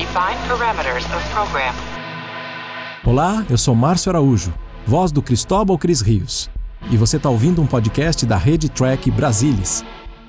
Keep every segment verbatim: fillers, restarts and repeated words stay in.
Define parameters of program. Olá, eu sou Márcio Araújo, voz do Cristóbal Cris Rios. E você está ouvindo um podcast da Rede Track Brasilis.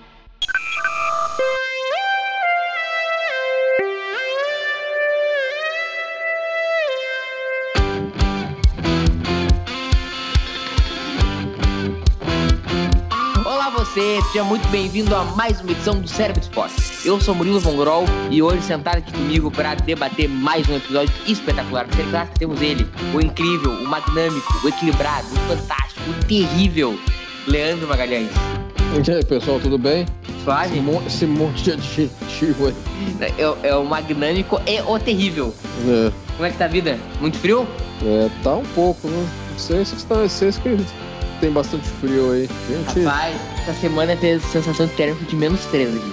Você, seja muito bem-vindo a mais uma edição do Cérebro Esporte. Eu sou Murilo Von Grol e hoje sentado aqui comigo para debater mais um episódio espetacular do Série Clássico, temos ele, o incrível, o magnâmico, o equilibrado, o fantástico, o terrível Leandro Magalhães. E aí, pessoal, tudo bem? Suave? Esse, mo- esse monte de adjetivo aí. É, é o magnâmico e o terrível. É. Como é que tá a vida? Muito frio? É, tá um pouco, né? Vocês que estão, vocês que tem bastante frio aí. Gente... Rapaz, essa semana teve sensação térmica de menos três aqui.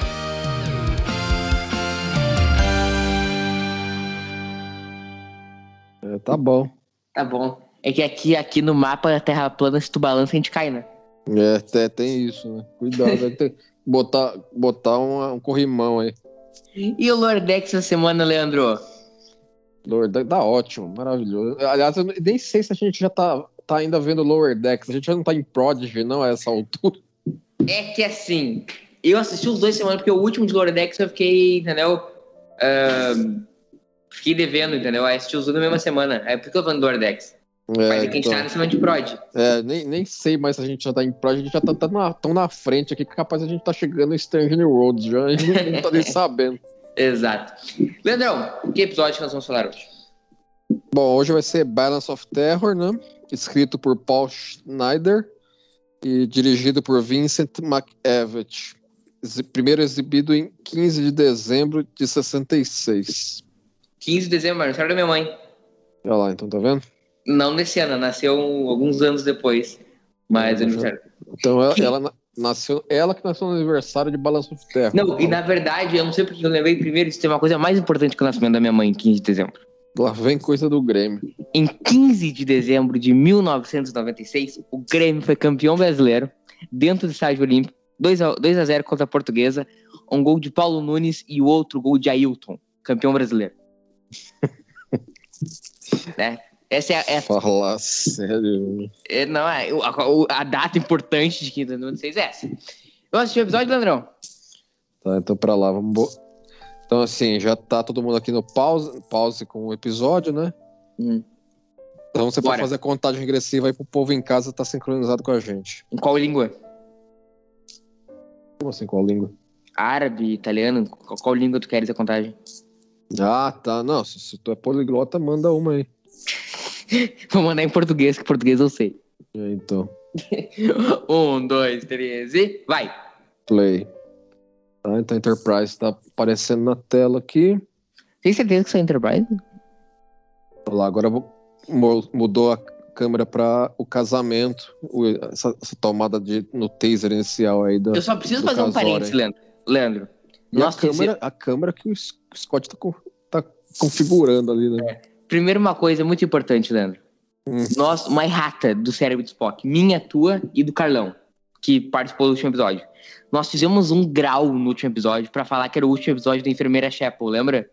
É, tá bom. Tá bom. É que aqui, aqui no mapa a terra plana, se tu balança, a gente cai, né? É, tem, tem isso, né? Cuidado, vai ter que botar, botar um, um corrimão aí. E o Lordex essa semana, Leandro? Lower Decks, tá ótimo, maravilhoso. Aliás, eu nem sei se a gente já tá, tá ainda vendo Lower Decks. A gente já não tá em Prodigy, não, a essa altura. É que assim, eu assisti os dois semanas, porque o último de Lordex eu fiquei, entendeu? Uh, fiquei devendo, entendeu? Aí assisti os dois na mesma semana. É porque eu tô falando do Lordex. É, Mas é que a gente então, tá na semana de Prod. é, nem, nem sei mais se a gente já tá em Prodigy. A gente já tá, tá na, tão na frente aqui que capaz a gente tá chegando em Strange New Worlds já. A gente não tá nem sabendo. Exato. Leandrão, que episódio que nós vamos falar hoje? Bom, hoje vai ser Balance of Terror, né? Escrito por Paul Schneider e dirigido por Vincent McEvitt. Ex- Primeiro exibido em quinze de dezembro de sessenta e seis. quinze de dezembro, aniversário da minha mãe. Olha lá, então tá vendo? Não nesse ano, nasceu alguns anos depois. Mas É, aniversário. Então ela, ela na- nasceu, ela que nasceu no aniversário de Balance of Terror. Não, e na verdade, eu não sei porque eu lembrei primeiro, isso tem uma coisa mais importante que o nascimento da minha mãe, em quinze de dezembro. Lá vem coisa do Grêmio. Em quinze de dezembro de mil novecentos e noventa e seis, o Grêmio foi campeão brasileiro, dentro do estádio Olímpico, dois a zero contra a Portuguesa, um gol de Paulo Nunes e o outro gol de Ailton, campeão brasileiro. Né? Essa é a, é, Falar sério. é, não, é, a, a data importante de quinze de noventa e seis é essa. Eu assisti o episódio, Leandrão? Tá, então pra lá, vamos. Bo... Então, assim, já tá todo mundo aqui no pause, pause com o episódio, né? Hum. Então você Bora. pode fazer a contagem regressiva aí pro povo em casa tá sincronizado com a gente. Em qual língua? Como assim, qual língua? Árabe, italiano? Qual, qual língua tu queres a contagem? Ah, tá. Não, se, se tu é poliglota, manda uma aí. Vou mandar em português, que português eu sei. É, então, Um, dois, três e vai! play. Tá, então a Enterprise tá aparecendo na tela aqui. Tem certeza que isso é Enterprise? Olha lá, agora eu vou- mo- mudou a câmera pra o casamento. o- essa, essa tomada de, no taser inicial aí. Da, Eu só preciso do fazer um casório parênteses, aí. Leandro. Leandro, E nós a câmera, a câmera que o S- Scott tá, co- tá configurando ali, né? primeiro uma coisa muito importante, Leandro. Hum. Nós, uma errata do Cérebro de Spock, minha, tua e do Carlão, que participou do último episódio. Nós fizemos um grau no último episódio pra falar que era o último episódio da Enfermeira Chapel, lembra?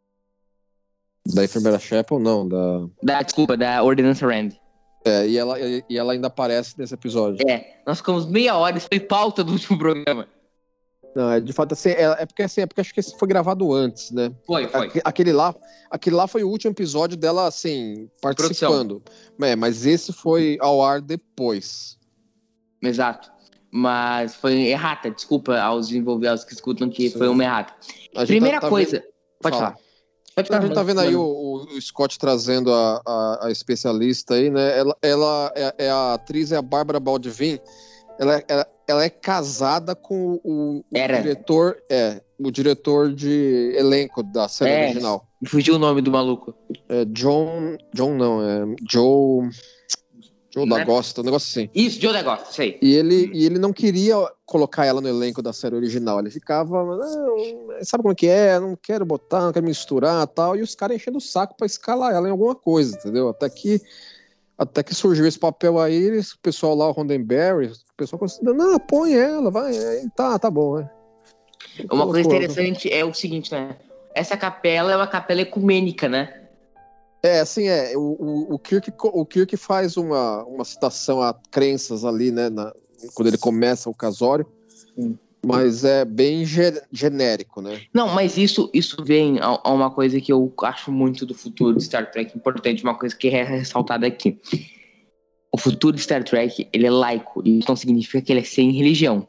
Da enfermeira Chapel, não, da... Da, desculpa, da Ordenança Rand. É, e ela, e e ela ainda aparece nesse episódio. É, nós ficamos meia hora, isso foi pauta do último programa. Não, é de fato assim, é, é porque assim, é porque acho que esse foi gravado antes, né? Foi, foi. Aque- Aquele lá, aquele lá foi o último episódio dela, assim, participando. É, mas esse foi ao ar depois. Exato. Mas foi errata, desculpa aos envolvidos que escutam que Sim. foi uma errata. A gente Primeira tá- tá coisa, vendo- pode Fala. falar. Pode A falar. gente tá vendo aí mano. o, o Scott trazendo a, a, a especialista aí, né? Ela, ela é, é a atriz, é a Bárbara Baldwin. Ela, é- ela, ela é casada com o, o Era. diretor, é, o diretor de elenco da série É. original. Me fugiu o nome do maluco. É John, John não, é Joe, Joe Né? D'Agosta, um negócio assim. Isso, Joe Negócio, sei. E ele, e ele não queria colocar ela no elenco da série original. Ele ficava, não, sabe como é que é? Não quero botar, não quero misturar e tal. E os caras enchendo o saco pra escalar ela em alguma coisa, entendeu? Até que, até que surgiu esse papel aí, eles- o pessoal lá, o Roddenberry, o pessoal considera, não, põe ela, vai. Aí, tá, tá bom. É. Uma coisa Colocou. interessante é o seguinte, né? essa capela é uma capela ecumênica, né? É, assim, é, o, o, o, Kirk, o Kirk faz uma, uma citação a crenças ali, né, na, quando ele começa o casório, hum. mas é bem ge, genérico, né? Não, mas isso, isso vem a, a uma coisa que eu acho muito do futuro de Star Trek importante, uma coisa que é ressaltada aqui. O futuro de Star Trek, ele é laico, e isso não significa que ele é sem religião,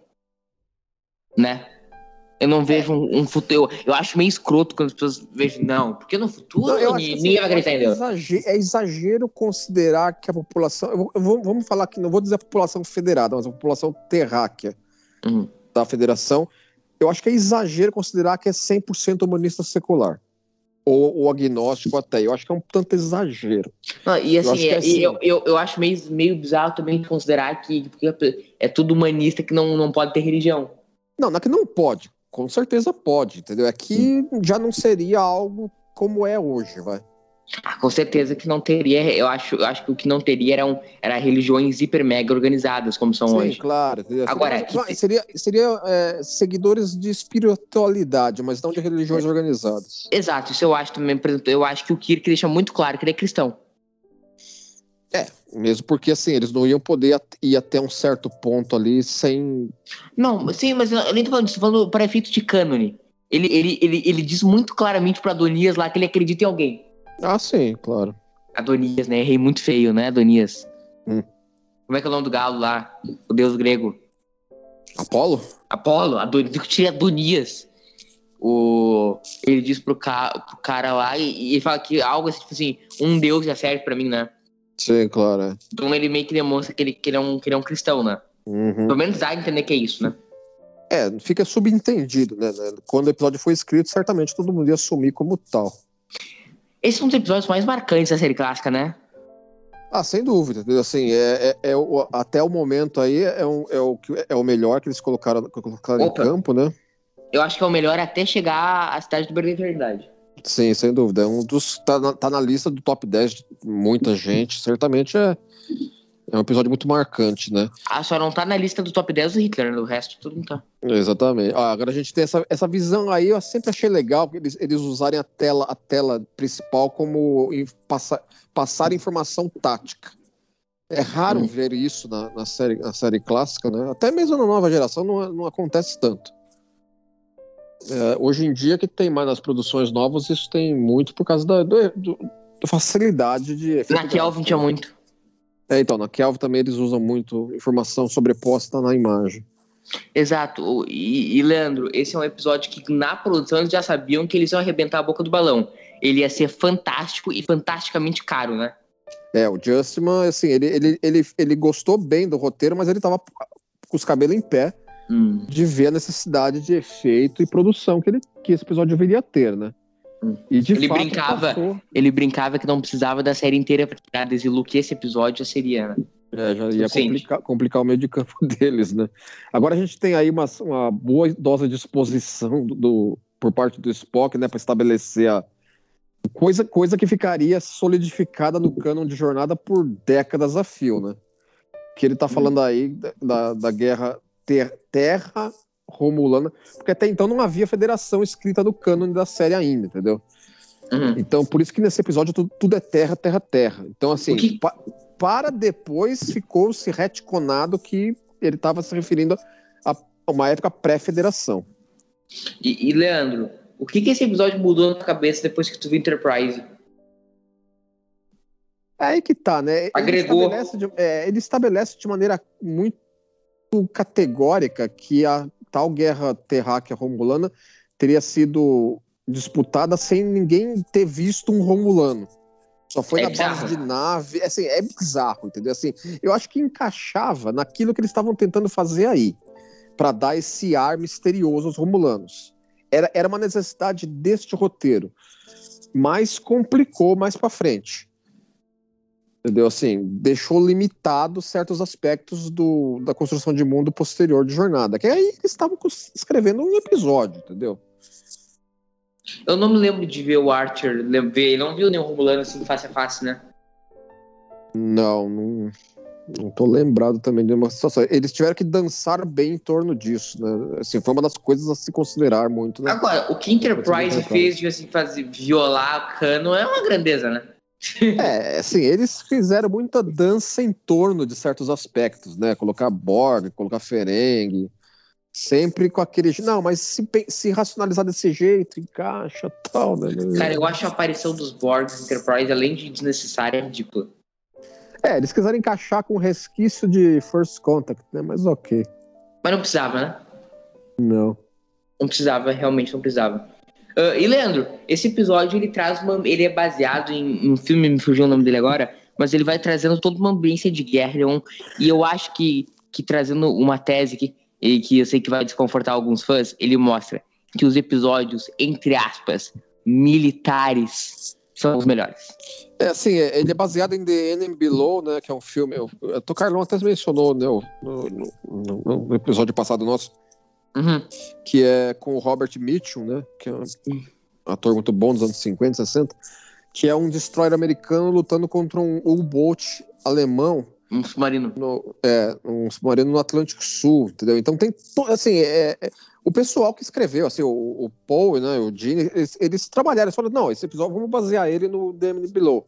né? Eu não vejo um, um futuro. Eu, eu acho meio escroto quando as pessoas vejam. Não, porque no futuro não, ninguém assim, vai acreditar em Deus. É exagero, é exagero considerar que a população. Eu vou, eu vou, vamos falar aqui, não vou dizer a população federada, mas a população terráquea uhum. da federação. Eu acho que é exagero considerar que é cem por cento humanista secular. Ou, ou agnóstico até. Eu acho que é um tanto exagero. Não, e assim, eu acho, é, assim eu, eu, eu acho meio, meio bizarro também considerar que é tudo humanista que não, não pode ter religião. Não, não é que não pode. Com certeza pode, entendeu? É que já não seria algo como é hoje, vai. Ah, com certeza que não teria. Eu acho, eu acho que o que não teria eram, eram religiões hiper mega organizadas, como são Sim, hoje. Sim, claro. Agora, seria, que... seria, seria é, seguidores de espiritualidade, mas não de religiões é. organizadas. Exato, isso eu acho também. Por exemplo, eu acho que o Kirk deixa muito claro que ele é cristão. É, mesmo porque assim, eles não iam poder ir até um certo ponto ali sem... Não, sim, mas eu nem tô falando disso, tô falando para efeito de cânone. Ele, ele, ele, ele diz muito claramente pra Adonias lá que ele acredita em alguém. Ah, sim, claro. Adonias, né? Rei muito feio, né, Adonias? Hum. Como é que é o nome do galo lá? O deus grego? Apolo? Apolo, Adonias. Adonias. O... Ele diz pro, ca... pro cara lá e, e ele fala que algo assim, tipo assim, um deus já serve pra mim, né? Sim, claro. É. Então ele meio que demonstra que ele, que ele, é, um, que ele é um cristão, né? Uhum. Pelo menos dá a entender que é isso, né? É, fica subentendido, né? Quando o episódio foi escrito, certamente todo mundo ia assumir como tal. Esses são os episódios mais marcantes da série clássica, né? Ah, sem dúvida. Assim, é, é, é o, até o momento aí é, um, é, o, é o melhor que eles colocaram, colocaram em campo, né? Eu acho que é o melhor até chegar à Cidade do Perda da Eternidade. Sim, sem dúvida. É um dos. Tá na, tá na lista do top dez de muita gente. Certamente é, é um episódio muito marcante, né? Ah, só não tá na lista do top dez do Hitler, né? Do resto tudo não tá. Exatamente. Ah, agora a gente tem essa, essa visão aí, eu sempre achei legal eles, eles usarem a tela, a tela principal como passar, passar informação tática. É raro hum. ver isso na, na, série, na série clássica, né? Até mesmo na nova geração não, não acontece tanto. É, hoje em dia, que tem mais nas produções novas, isso tem muito por causa da, do, do, da facilidade de... Na Kelvin tinha muito. É, então, na Kelvin também eles usam muito informação sobreposta na imagem. Exato. E, e, Leandro, esse é um episódio que na produção eles já sabiam que eles iam arrebentar a boca do balão. Ele ia ser fantástico e fantasticamente caro, né? É, o Justman, assim, ele, ele, ele, ele gostou bem do roteiro, mas ele tava com os cabelos em pé hum. de ver a necessidade de efeito e produção que, ele, que esse episódio deveria ter, né? Hum. E de ele fato, brincava, passou... ele brincava que não precisava da série inteira pra tirar desilu que esse episódio já seria, né? É, já ia complicar, complicar o meio de campo deles, né? Agora a gente tem aí uma, uma boa dose de exposição do, do, por parte do Spock, né, para estabelecer a coisa, coisa que ficaria solidificada no cânon de Jornada por décadas a fio, né? Que ele tá falando aí da, da guerra ter, Terra Romulana, porque até então não havia federação escrita no cânon da série ainda, entendeu? Uhum. Então, por isso que nesse episódio tudo, tudo é Terra, Terra, Terra. Então, assim, que... pa, para depois ficou-se retconado que ele estava se referindo a, a uma época pré-federação. E, e, Leandro, o que que esse episódio mudou na tua cabeça depois que tu viu Enterprise? É aí que tá, né? Ele Agregou. Estabelece de, é, ele estabelece de maneira muito categórica que a tal guerra terráquea romulana teria sido disputada sem ninguém ter visto um romulano. Só foi é na bizarro. base de nave. Assim, é bizarro, entendeu? Assim, eu acho que encaixava naquilo que eles estavam tentando fazer aí, para dar esse ar misterioso aos romulanos. Era, era uma necessidade deste roteiro, mas complicou mais para frente. Entendeu? Assim, deixou limitado certos aspectos do, da construção de mundo posterior de Jornada. Que aí eles estavam escrevendo um episódio, entendeu? Eu não me lembro de ver o Archer, ver, não viu nenhum Romulano assim face a face, né? Não, não. Não tô lembrado também de uma situação. Eles tiveram que dançar bem em torno disso, né? Assim, foi uma das coisas a se considerar muito, né? Agora, o que Enterprise fez de assim, fazer, violar Cano é uma grandeza, né? É, assim, eles fizeram muita dança em torno de certos aspectos, né? Colocar Borg, colocar Ferengi, sempre com aquele... Não, mas se, se racionalizar desse jeito, encaixa e tal, né? Cara, eu acho a aparição dos Borgs em Enterprise, além de desnecessária, é ridícula. É, eles quiseram encaixar com resquício de First Contact, né? Mas ok. Mas não precisava, né? Não. Não precisava, realmente não precisava. Uh, e, Leandro, esse episódio, ele traz uma... Ele é baseado em, em um filme, me fugiu o nome dele agora, mas ele vai trazendo toda uma ambiência de guerra, e eu acho que, que trazendo uma tese que, que eu sei que vai desconfortar alguns fãs, ele mostra que os episódios, entre aspas, militares, são os melhores. É, assim, ele é baseado em The Enemy Below, né, que é um filme... O Carlão até mencionou, né, no, no, no episódio passado nosso, uhum. que é com o Robert Mitchum, né, que é um ator muito bom dos anos cinquenta, sessenta, que é um destroyer americano lutando contra um U-boat alemão. Um submarino. No, é, um submarino no Atlântico Sul, entendeu? Então tem, assim, é, é, o pessoal que escreveu, assim, o, o Paul, né, o Gene, eles, eles trabalharam, eles falaram, não, esse episódio, vamos basear ele no The Enemy Below.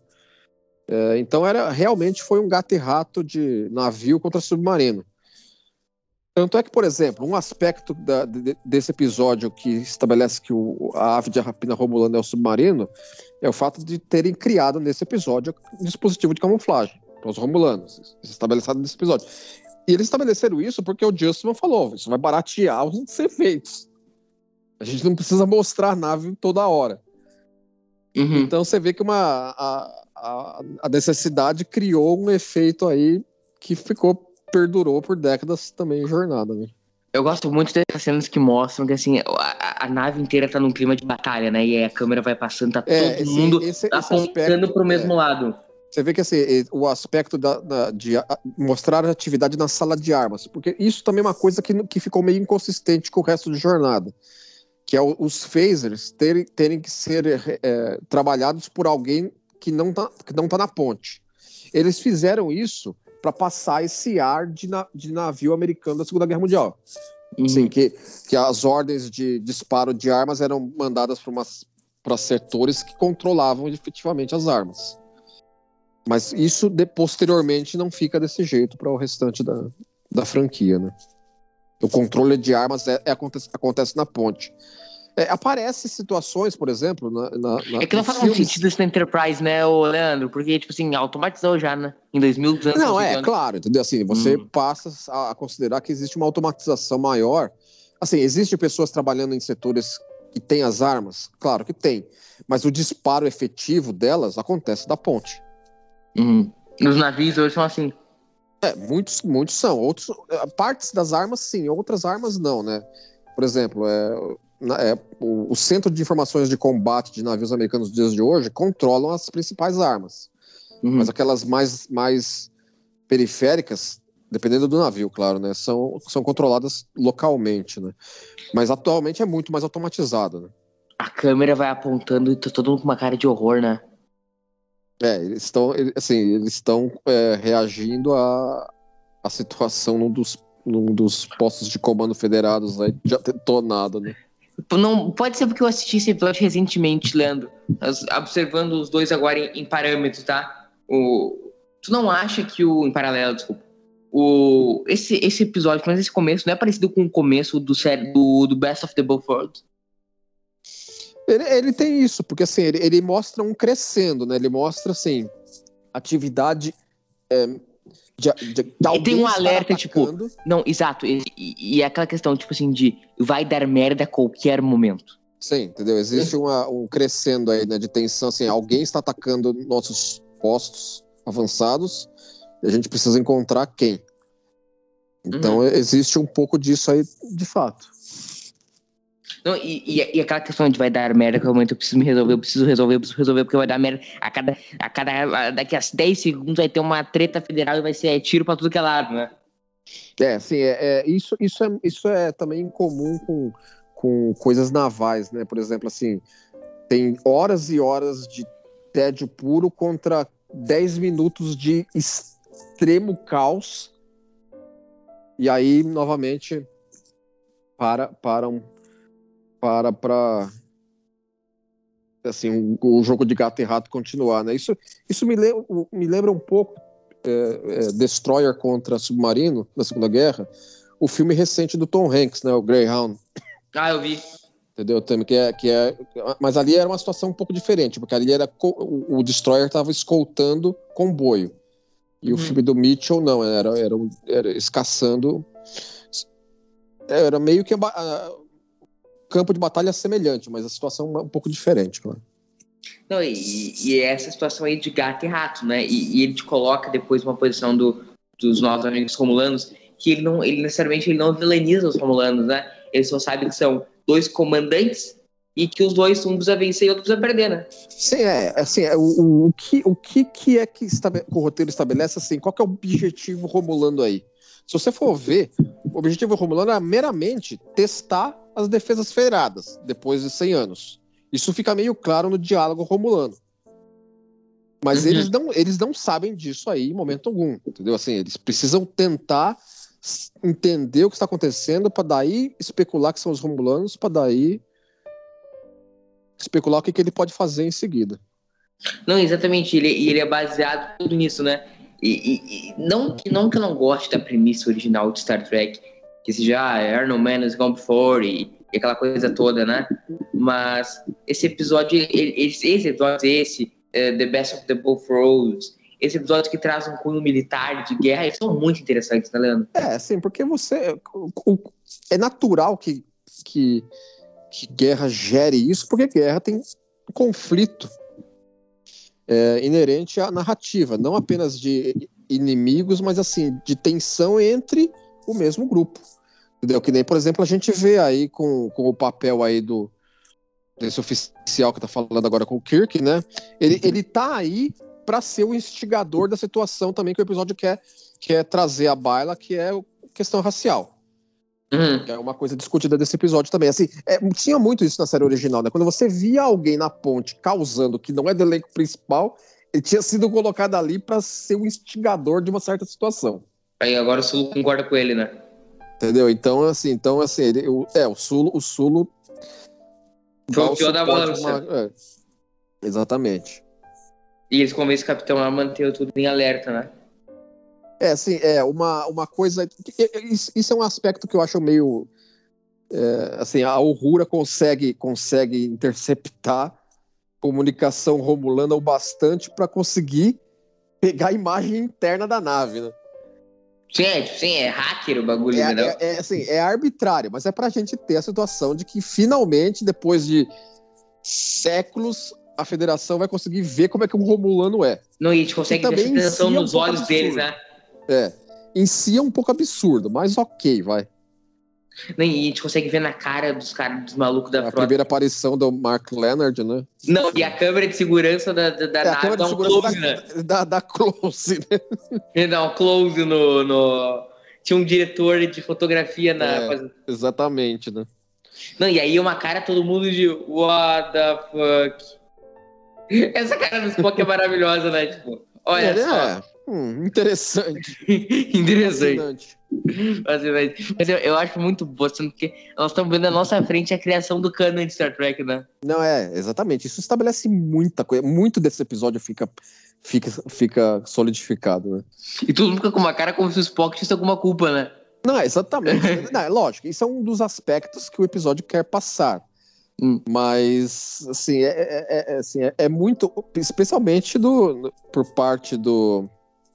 É, então era, realmente foi um gato e rato de navio contra submarino. Tanto é que, por exemplo, um aspecto da, de, desse episódio que estabelece que o, a ave de rapina romulana é o submarino é o fato de terem criado nesse episódio um dispositivo de camuflagem para os romulanos, estabelecido nesse episódio. E eles estabeleceram isso porque o Justman falou, isso vai baratear os efeitos. A gente não precisa mostrar a nave toda hora. Uhum. Então você vê que uma, a, a, a necessidade criou um efeito aí que ficou, perdurou por décadas também em jornada, né? Eu gosto muito dessas cenas que mostram que assim, a, a nave inteira tá num clima de batalha, né? E aí a câmera vai passando, tá É, todo esse- mundo esse- esse apontando aspecto, pro mesmo é. lado. Você vê que assim, o aspecto da, da- de a- mostrar a atividade na sala de armas, porque isso também é uma coisa que, que ficou meio inconsistente com o resto de jornada, que é o- os phasers terem, terem que ser é, trabalhados por alguém que não, tá, que não tá na ponte. Eles fizeram isso para passar esse ar de, na- de navio americano da Segunda Guerra Mundial. Uhum. Assim, que, que as ordens de disparo de armas eram mandadas para setores que controlavam efetivamente as armas. Mas isso de, posteriormente não fica desse jeito para o restante da, da franquia, né? O controle de armas é, é, acontece, acontece na ponte. É, aparece situações, por exemplo, na, na, na É que não nos faz muito filmes- sentido isso na Enterprise, né, ô Leandro? Porque, tipo assim, automatizou já, né? Em dois mil, duzentos Não, é, anos. claro, entendeu? Assim, você Hum. passa a, a considerar que existe uma automatização maior. Assim, existem pessoas trabalhando em setores que têm as armas? Claro que tem. Mas o disparo efetivo delas acontece da ponte. Uhum. Nos navios hoje são assim. É, muitos, muitos são. Outros, eh, partes das armas, sim. Outras armas, não, né? Por exemplo, é, na- é, o, o Centro de Informações de Combate de Navios Americanos dos dias de hoje controlam as principais armas. Uhum. Mas aquelas mais, mais periféricas, dependendo do navio, claro, né? São, são controladas localmente, né? Mas atualmente é muito mais automatizado, né? A câmera vai apontando e tá todo mundo com uma cara de horror, né? É, eles estão, ele- assim, eles estão é, reagindo à, à situação num dos, num dos postos de comando federados aí, já detonado, né? Não, pode ser porque eu assisti esse episódio recentemente, Leandro. As- Observando os dois agora em, em parâmetros, tá? O, tu não acha que o... Em paralelo, desculpa. O, esse, esse episódio, mas esse começo, não é parecido com o começo do, série, do, do Best of the Both Worlds? Ele, ele tem isso, porque assim, ele, ele mostra um crescendo, né? Ele mostra, assim, atividade é, de, de, de E alguém tem um estar alerta, tipo, atacando. Não, exato. E, e, e é aquela questão, tipo assim, de vai dar merda a qualquer momento. Sim, entendeu? Existe uma, um crescendo aí, né, de tensão, assim, alguém está atacando nossos postos avançados e a gente precisa encontrar quem. Então, Uhum. existe um pouco disso aí, de fato. Não, e, e, e aquela questão de vai dar merda a qualquer momento, eu preciso me resolver, eu preciso resolver, eu preciso resolver, porque vai dar merda. A cada, a cada, a- daqui a dez segundos vai ter uma treta federal e vai ser tiro pra tudo que é lado, né? É, assim, é, é, isso, isso, é, isso é também comum com, com coisas navais, né? Por exemplo, assim, tem horas e horas de tédio puro contra dez minutos de extremo caos. E aí, novamente, para para um, para para assim, o, o jogo de gato e rato continuar, né? Isso, isso me, lembra, me lembra um pouco é, é, Destroyer contra Submarino, na Segunda Guerra, o filme recente do Tom Hanks, né? O Greyhound. Ah, eu vi. Entendeu? Que é, que é, mas ali era uma situação um pouco diferente, porque ali era o, o Destroyer estava escoltando comboio. E uhum. o filme do Mitchell, não, era, era, era escaçando. Era meio que a, a, campo de batalha semelhante, mas a situação é um pouco diferente, claro. Não, e, e essa situação aí de gato e rato, né? E, e ele te coloca depois uma posição do, dos nossos amigos romulanos, que ele não, ele necessariamente ele não vilaniza os romulanos, né? Ele só sabe que são dois comandantes e que os dois, um precisa vencer e outro precisa perder, né? Sim, é, assim, é, o, o, que, o que, que é que estabele, o roteiro estabelece, assim, qual que é o objetivo romulano aí? Se você for ver, o objetivo romulano é meramente testar as defesas federadas, depois de cem anos. Isso fica meio claro no diálogo romulano. Mas uhum. eles, não, eles não sabem disso aí em momento algum, entendeu? Assim, eles precisam tentar entender o que está acontecendo para daí especular que são os romulanos, para daí especular o que, que ele pode fazer em seguida. Não, exatamente, ele, ele é baseado tudo nisso, né? E, e, e não, que, não que eu não goste da premissa original de Star Trek, que seja ah, Arnold Man has gone before e, e aquela coisa toda, né? Mas esse episódio, ele, esse, esse episódio, esse, uh, The Best of the Both Worlds, esse episódio que traz um cunho militar de guerra, eles são muito interessantes, né, Leandro? É, sim, porque você... O, o, é natural que, que, que guerra gere isso, porque guerra tem conflito é, inerente à narrativa, não apenas de inimigos, mas assim, de tensão entre o mesmo grupo. Entendeu? Que nem, por exemplo, a gente vê aí com, com o papel aí do desse oficial que tá falando agora com o Kirk, né? Ele, ele tá aí para ser o instigador da situação também que o episódio quer, quer trazer à baila, que é a questão racial. Uhum. Que é uma coisa discutida desse episódio também. Assim, é, tinha muito isso na série original, né? Quando você via alguém na ponte causando que não é do elenco principal, ele tinha sido colocado ali para ser o instigador de uma certa situação. Aí agora o Sulo concorda com ele, né? Entendeu? Então, assim, então, assim ele, o, é, o Sulo, o Sulo foi o pior da balança. Uma, é, exatamente. E eles convencem o capitão a manter tudo em alerta, né? É, assim, é uma, uma coisa... Isso é um aspecto que eu acho meio... É, assim, a Uhura consegue, consegue interceptar comunicação romulana o bastante para conseguir pegar a imagem interna da nave, né? Sim, é, sim, é hacker o bagulho, é, né? É, é, assim, é arbitrário, mas é pra gente ter a situação de que finalmente, depois de séculos... a federação vai conseguir ver como é que um romulano é. Não, e a gente consegue ver essa tensão nos um olhos absurdo. deles, né? É. Em si é um pouco absurdo, mas ok, vai. Não, e a gente consegue ver na cara dos caras, dos malucos da a frota. A primeira aparição do Mark Leonard, né? Não, e a câmera de segurança da, da, da é, nave dá um close, da, né? Dá, dá close, né? Ele dá um close no... no... Tinha um diretor de fotografia na... É, exatamente, né? Não, e aí uma cara, todo mundo de... What the fuck? Essa cara do Spock é maravilhosa, né? Tipo, olha é, só. É. Hum, interessante. Interessante. Mas, mas eu, eu acho muito boa, porque nós estamos vendo à nossa frente a criação do canon de Star Trek, né? Não, é, exatamente. Isso estabelece muita coisa. Muito desse episódio fica, fica, fica solidificado, né? E todo mundo fica com uma cara como se o Spock tivesse alguma culpa, né? Não, exatamente. Não, é lógico, isso é um dos aspectos que o episódio quer passar. Hum. Mas, assim, é, é, é, assim é, é muito... Especialmente do, por parte do...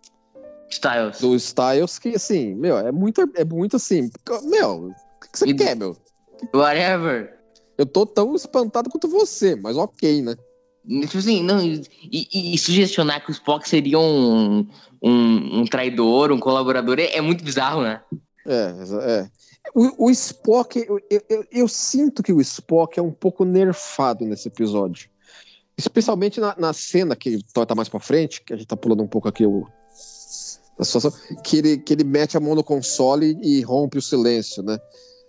Styles. Do Styles, que, assim, meu, é muito, é muito assim... Meu, o que você e quer, meu? Whatever. Eu tô tão espantado quanto você, mas ok, né? Tipo assim, não... E, e, e sugestionar que o Spock seria um, um, um traidor, um colaborador, é, é muito bizarro, né? É, é. O, o Spock, eu, eu, eu sinto que o Spock é um pouco nerfado nesse episódio. Especialmente na, na cena que tá mais pra frente, que a gente tá pulando um pouco aqui o, a situação, que ele, que ele mete a mão no console e, e rompe o silêncio, né?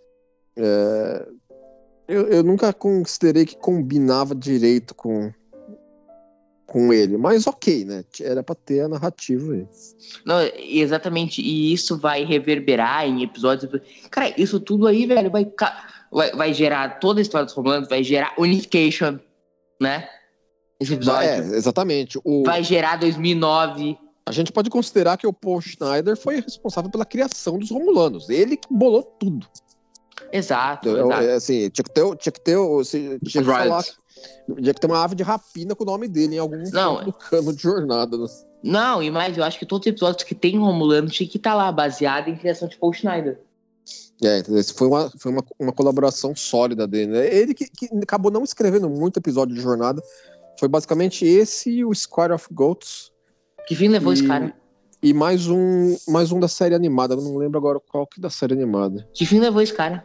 É, eu, eu nunca considerei que combinava direito com, com ele. Mas ok, né? Era pra ter a narrativa aí. Não, exatamente. E isso vai reverberar em episódios. Cara, isso tudo aí, velho, vai, vai, vai gerar toda a história dos Romulanos, vai gerar Unification, né? Esse episódio. É, exatamente. O... Vai gerar dois mil e nove. A gente pode considerar que o Paul Schneider foi responsável pela criação dos Romulanos. Ele que bolou tudo. Exato, então, exato. É, assim, tinha que ter, tinha que ter, tinha que falar, tinha que ter uma ave de rapina com o nome dele em algum não, do cano de jornada. Né? Não, e mais, eu acho que todos os episódios que tem Romulano tinha que estar lá, baseado em criação de Paul Schneider. É, esse foi uma, foi uma, uma colaboração sólida dele, né? Ele que, que acabou não escrevendo muito episódio de jornada. Foi basicamente esse e o Square of Goats. Que fim levou e, esse cara? E mais um, mais um da série animada. Eu não lembro agora qual que da série animada. Que fim levou esse cara?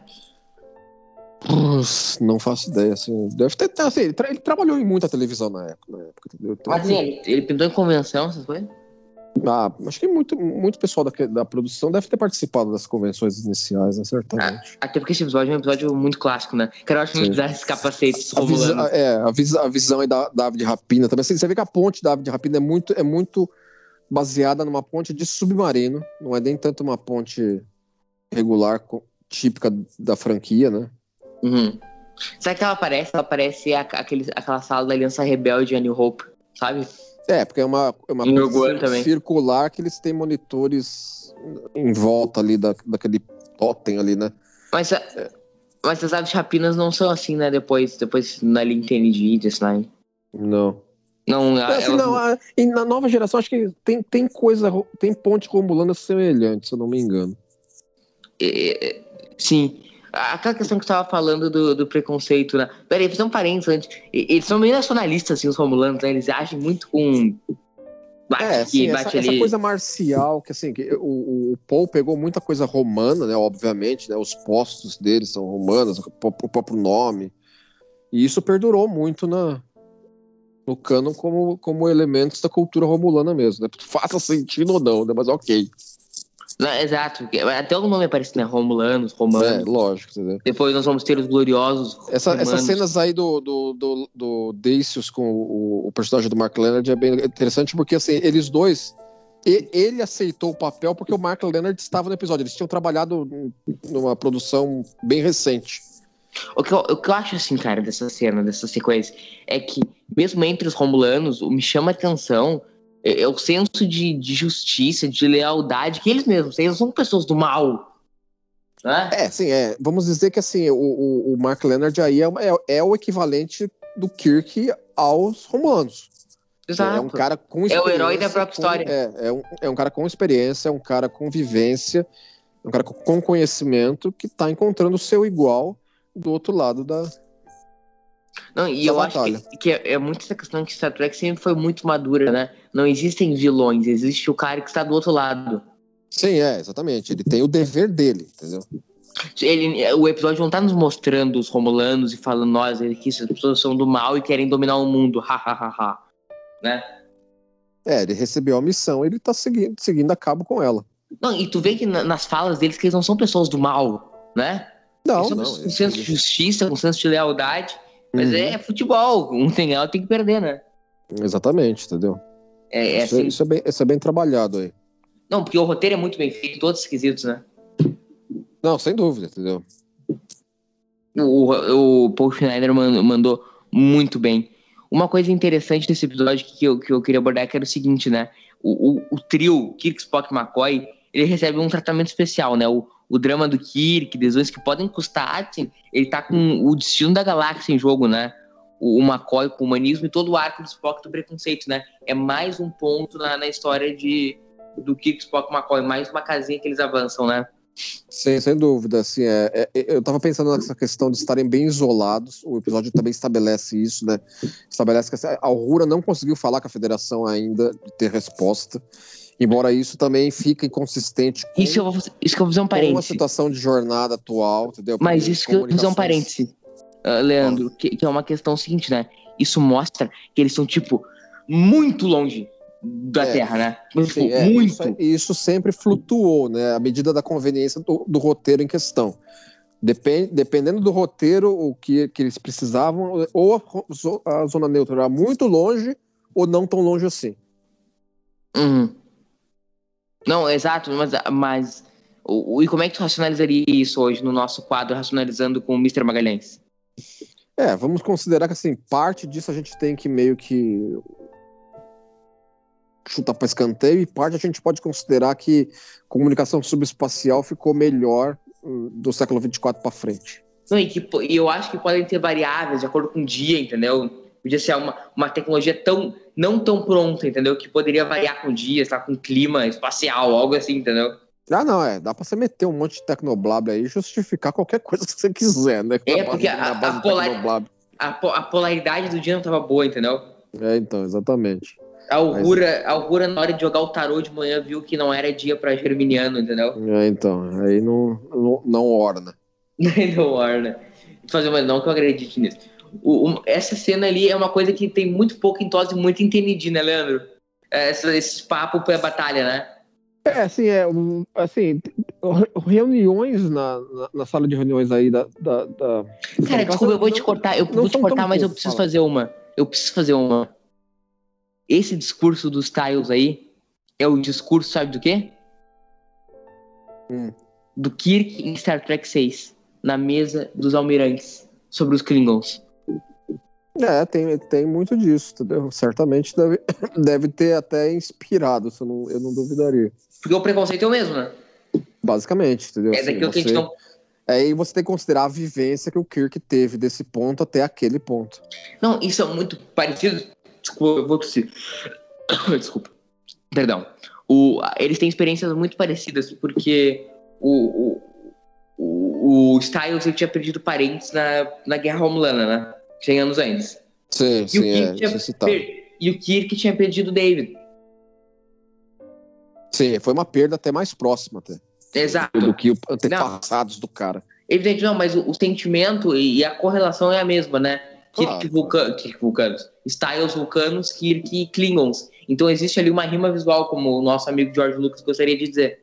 Puxa, não faço ideia. Assim, deve ter. Assim, ele, tra- ele trabalhou em muita televisão na época. Na época entendeu? Então, Mas assim, ele, ele pintou em convenção, essas coisas? Ah, acho que muito, muito pessoal da, da produção deve ter participado das convenções iniciais, né? Certamente. Ah, até porque esse episódio é um episódio muito clássico, né? Cara, eu acho muito bizarro esses capacetes a visão, é, a, vis, a visão aí da, da ave de rapina também. Assim, você vê que a ponte da ave de rapina é muito, é muito baseada numa ponte de submarino. Não é nem tanto uma ponte regular, típica da franquia, né? Uhum. Sabe que ela aparece? Ela aparece aquele, aquela sala da Aliança Rebelde de New Hope, sabe? É, porque é uma, é uma coisa circular que eles têm monitores em volta ali da, daquele totem ali, né? Mas, é. mas as aves de rapinas não são assim, né? Depois, depois na linha N G, desse line. Não. Não, é, assim, elas... não a, e na nova geração acho que tem, tem coisa, tem ponte romulana semelhante, se eu não me engano. É, sim. Aquela questão que você estava falando do, do preconceito, né? Peraí, fazer um parênteses antes. Eles são meio nacionalistas, assim, os romulanos, né? Eles agem muito com... Bate é, aqui, sim, bate essa, ali. essa coisa marcial, que assim, que o, o Paul pegou muita coisa romana, né? Obviamente, né? Os postos deles são romanos, o, o próprio nome. E isso perdurou muito na, no canon como, como elementos da cultura romulana mesmo, né? Faça sentido ou não, né? Mas ok. Não, exato, até o nome aparece, né? Romulanos, romanos. É, lógico, entendeu? Depois nós vamos ter os gloriosos. Essa, essas cenas aí do, do, do, do Decius com o, o personagem do Mark Leonard é bem interessante porque, assim, eles dois, e, ele aceitou o papel porque o Mark Leonard estava no episódio. Eles tinham trabalhado numa produção bem recente. O que, eu, o que eu acho, assim, cara, dessa cena, dessa sequência, é que, mesmo entre os romulanos, o me chama a atenção é o senso de, de justiça, de lealdade, que eles mesmos, eles são pessoas do mal, né? É, sim, é. Vamos dizer que, assim, o, o, o Mark Leonard aí é, é, é o equivalente do Kirk aos romulanos. Exato. É um cara com experiência. É o herói da própria com, história. É, é, um, é um cara com experiência, é um cara com vivência, é um cara com conhecimento que tá encontrando o seu igual do outro lado da Não, e da eu batalha. acho que, que é, é muito essa questão que Star Trek sempre foi muito madura, né? Não existem vilões, existe o cara que está do outro lado. Sim, é, exatamente. Ele tem o dever dele, entendeu? Ele, o episódio não tá nos mostrando os romulanos e falando, nós, que essas pessoas são do mal e querem dominar o mundo, ha, ha, ha, ha. Né? É, ele recebeu a missão, ele tá seguindo, seguindo a cabo com ela. Não, e tu vê que na, nas falas deles que eles não são pessoas do mal, né? Não, eles são não. Com Eles, senso de justiça, com senso de lealdade. Mas uhum. é futebol, um tem ela, tem que perder, né? Exatamente, entendeu? É, é isso, assim... isso, é bem, isso é bem trabalhado aí. Não, porque o roteiro é muito bem feito, todos os quesitos, né? Não, sem dúvida, entendeu? O, o Paul Schneider mandou muito bem. Uma coisa interessante desse episódio que eu, que eu queria abordar que era o seguinte, né? O, o, o trio Kirk, Spock e McCoy, ele recebe um tratamento especial, né? O, o drama do Kirk, decisões que podem custar, assim, ele tá com o destino da galáxia em jogo, né? O, o McCoy com o humanismo e todo o arco do Spock do preconceito, né? É mais um ponto na, na história de, do Kirk, Spock e McCoy, mais uma casinha que eles avançam, né? Sim, sem dúvida, assim, é, é, eu tava pensando nessa questão de estarem bem isolados, o episódio também estabelece isso, né, estabelece que a Uhura não conseguiu falar com a Federação ainda, de ter resposta, embora isso também fique inconsistente com, isso, eu vou, isso que eu vou fazer um parêntese. Com a situação de jornada atual, entendeu? Mas isso que eu vou fazer um parêntese, uh, Leandro, ah. que, que é uma questão seguinte, né, isso mostra que eles são, tipo, muito longe da é, Terra, né? Sim, é, muito. Isso, isso sempre flutuou, né? À medida da conveniência do, do roteiro em questão. Depend, dependendo do roteiro, o que, que eles precisavam, ou a, a zona neutra era muito longe, ou não tão longe assim. Uhum. Não, exato, mas, mas o, o, e como é que tu racionalizaria isso hoje no nosso quadro, racionalizando com o mister Magalhães? É, vamos considerar que assim, parte disso a gente tem que meio que chutar para escanteio, e parte a gente pode considerar que comunicação subespacial ficou melhor do século vinte e quatro para frente. Não, e, que, e eu acho que podem ter variáveis de acordo com o dia, entendeu? Podia ser uma, uma tecnologia tão, não tão pronta, entendeu? Que poderia variar com o dia, tá? Com o clima espacial, algo assim, entendeu? Ah, não, é. Dá pra você meter um monte de tecnoblab aí e justificar qualquer coisa que você quiser, né? É, porque a, a, polar, a, a polaridade do dia não tava boa, entendeu? É, então, exatamente. A Aurora, Mas... a Aurora, na hora de jogar o tarô de manhã, viu que não era dia pra germiniano, entendeu? É, então. Aí não, não, não orna. Não orna. Fazer uma, não que eu acredite nisso. O, o, essa cena ali é uma coisa que tem muito pouco em tosse, muito entendi, né, Leandro? Essa, esse papo pra batalha, né? É, assim, é, assim, reuniões na, na, na sala de reuniões aí da... da, da Cara, da desculpa, eu vou não, te cortar, eu vou te cortar, mas eu preciso falar. fazer uma. Eu preciso fazer uma. Esse discurso dos Styles aí é o discurso, sabe do quê? Hum. Do Kirk em Star Trek seis, na mesa dos almirantes, sobre os Klingons. É, tem, tem muito disso, entendeu? Certamente deve, deve ter até inspirado, eu não, eu não duvidaria. Porque o preconceito é o mesmo, né? Basicamente, entendeu? É daquilo assim, que a gente não... Aí você tem que considerar a vivência que o Kirk teve desse ponto até aquele ponto. Não, isso é muito parecido. Desculpa, eu vou tossir. Desculpa. Perdão. O, eles têm experiências muito parecidas, porque o, o, o, o Styles ele tinha perdido parentes na, na Guerra Romulana, né? cem anos antes. Sim, e sim, o Kirk é, tinha per... E o Kirk tinha perdido o David. Sim, foi uma perda até mais próxima, até. Exato. Do que os antepassados do cara. Evidente, não, mas o, o sentimento e a correlação é a mesma, né? Kirk, claro. Vulcan... Kirk Vulcanos. Styles Vulcanos, Kirk e Klingons. Então existe ali uma rima visual, como o nosso amigo George Lucas gostaria de dizer.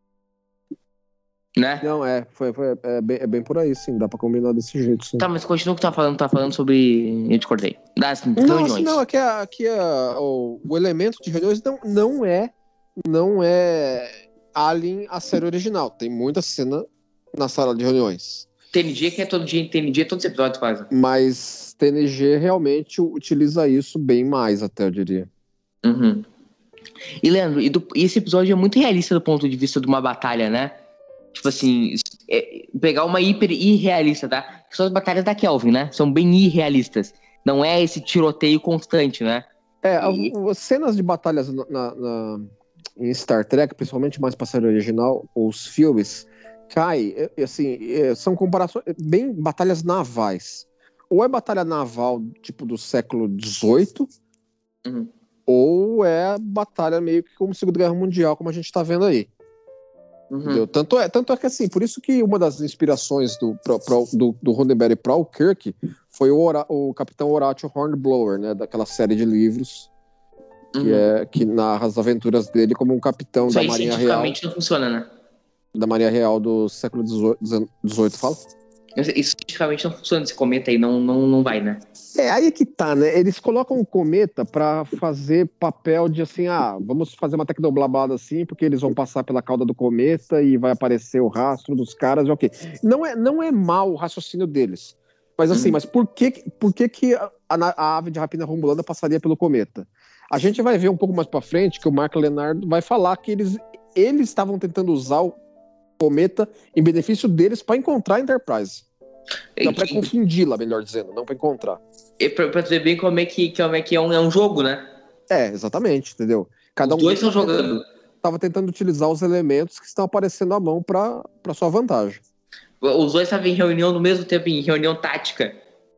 Né? Não, é, foi, foi, é, bem, é bem por aí, sim, dá pra combinar desse jeito, sim. Tá, mas continua o que tu tá falando, tá falando sobre... Eu te cortei. Das não, reuniões. Assim, não, aqui, é, aqui é, o, o elemento de reuniões não, não é não é Alien a série original, tem muita cena na sala de reuniões. T N G que é todo dia, T N G todos os episódios quase. Mas T N G realmente utiliza isso bem mais, até eu diria. Uhum. E Leandro, e, do, e esse episódio é muito realista do ponto de vista de uma batalha, né? Tipo assim, é, pegar uma hiper irrealista, tá? São as batalhas da Kelvin, né? São bem irrealistas. Não é esse tiroteio constante, né? É, e... as cenas de batalhas na, na, em Star Trek, principalmente mais pra série original, os filmes, cai, assim, são comparações, bem batalhas navais. Ou é batalha naval, tipo, do século dezoito, uhum. ou é batalha meio que como Segunda Guerra Mundial, como a gente tá vendo aí. Uhum. Tanto, é, tanto é que, assim, por isso que uma das inspirações do, pro, pro, do, do Roddenberry para o Kirk foi o, Ora, o Capitão Horatio Hornblower, né, daquela série de livros que, uhum. é, que narra as aventuras dele como um capitão isso da Marinha Real. Cientificamente não funciona, né? Da Marinha Real do século dezoito, fala? Isso cientificamente não funciona, esse cometa aí não, não, não vai, né? É, aí que tá, né? Eles colocam o cometa pra fazer papel de assim, ah, vamos fazer uma tecnoblabada assim, porque eles vão passar pela cauda do cometa e vai aparecer o rastro dos caras e ok. Não é, não é mal o raciocínio deles. Mas assim, hum. mas por que, por que, que a, a ave de rapina romulana passaria pelo cometa? A gente vai ver um pouco mais pra frente que o Mark Lenard vai falar que eles eles estavam tentando usar o cometa em benefício deles para encontrar a Enterprise. Não para confundi-la, melhor dizendo, não para encontrar. E pra, pra dizer bem como é que, como é, que é, um, é um jogo, né? É, exatamente, entendeu? Cada os um dois estão jogando. Estava tentando utilizar os elementos que estão aparecendo à mão para sua vantagem. Os dois estavam em reunião no mesmo tempo, em reunião tática.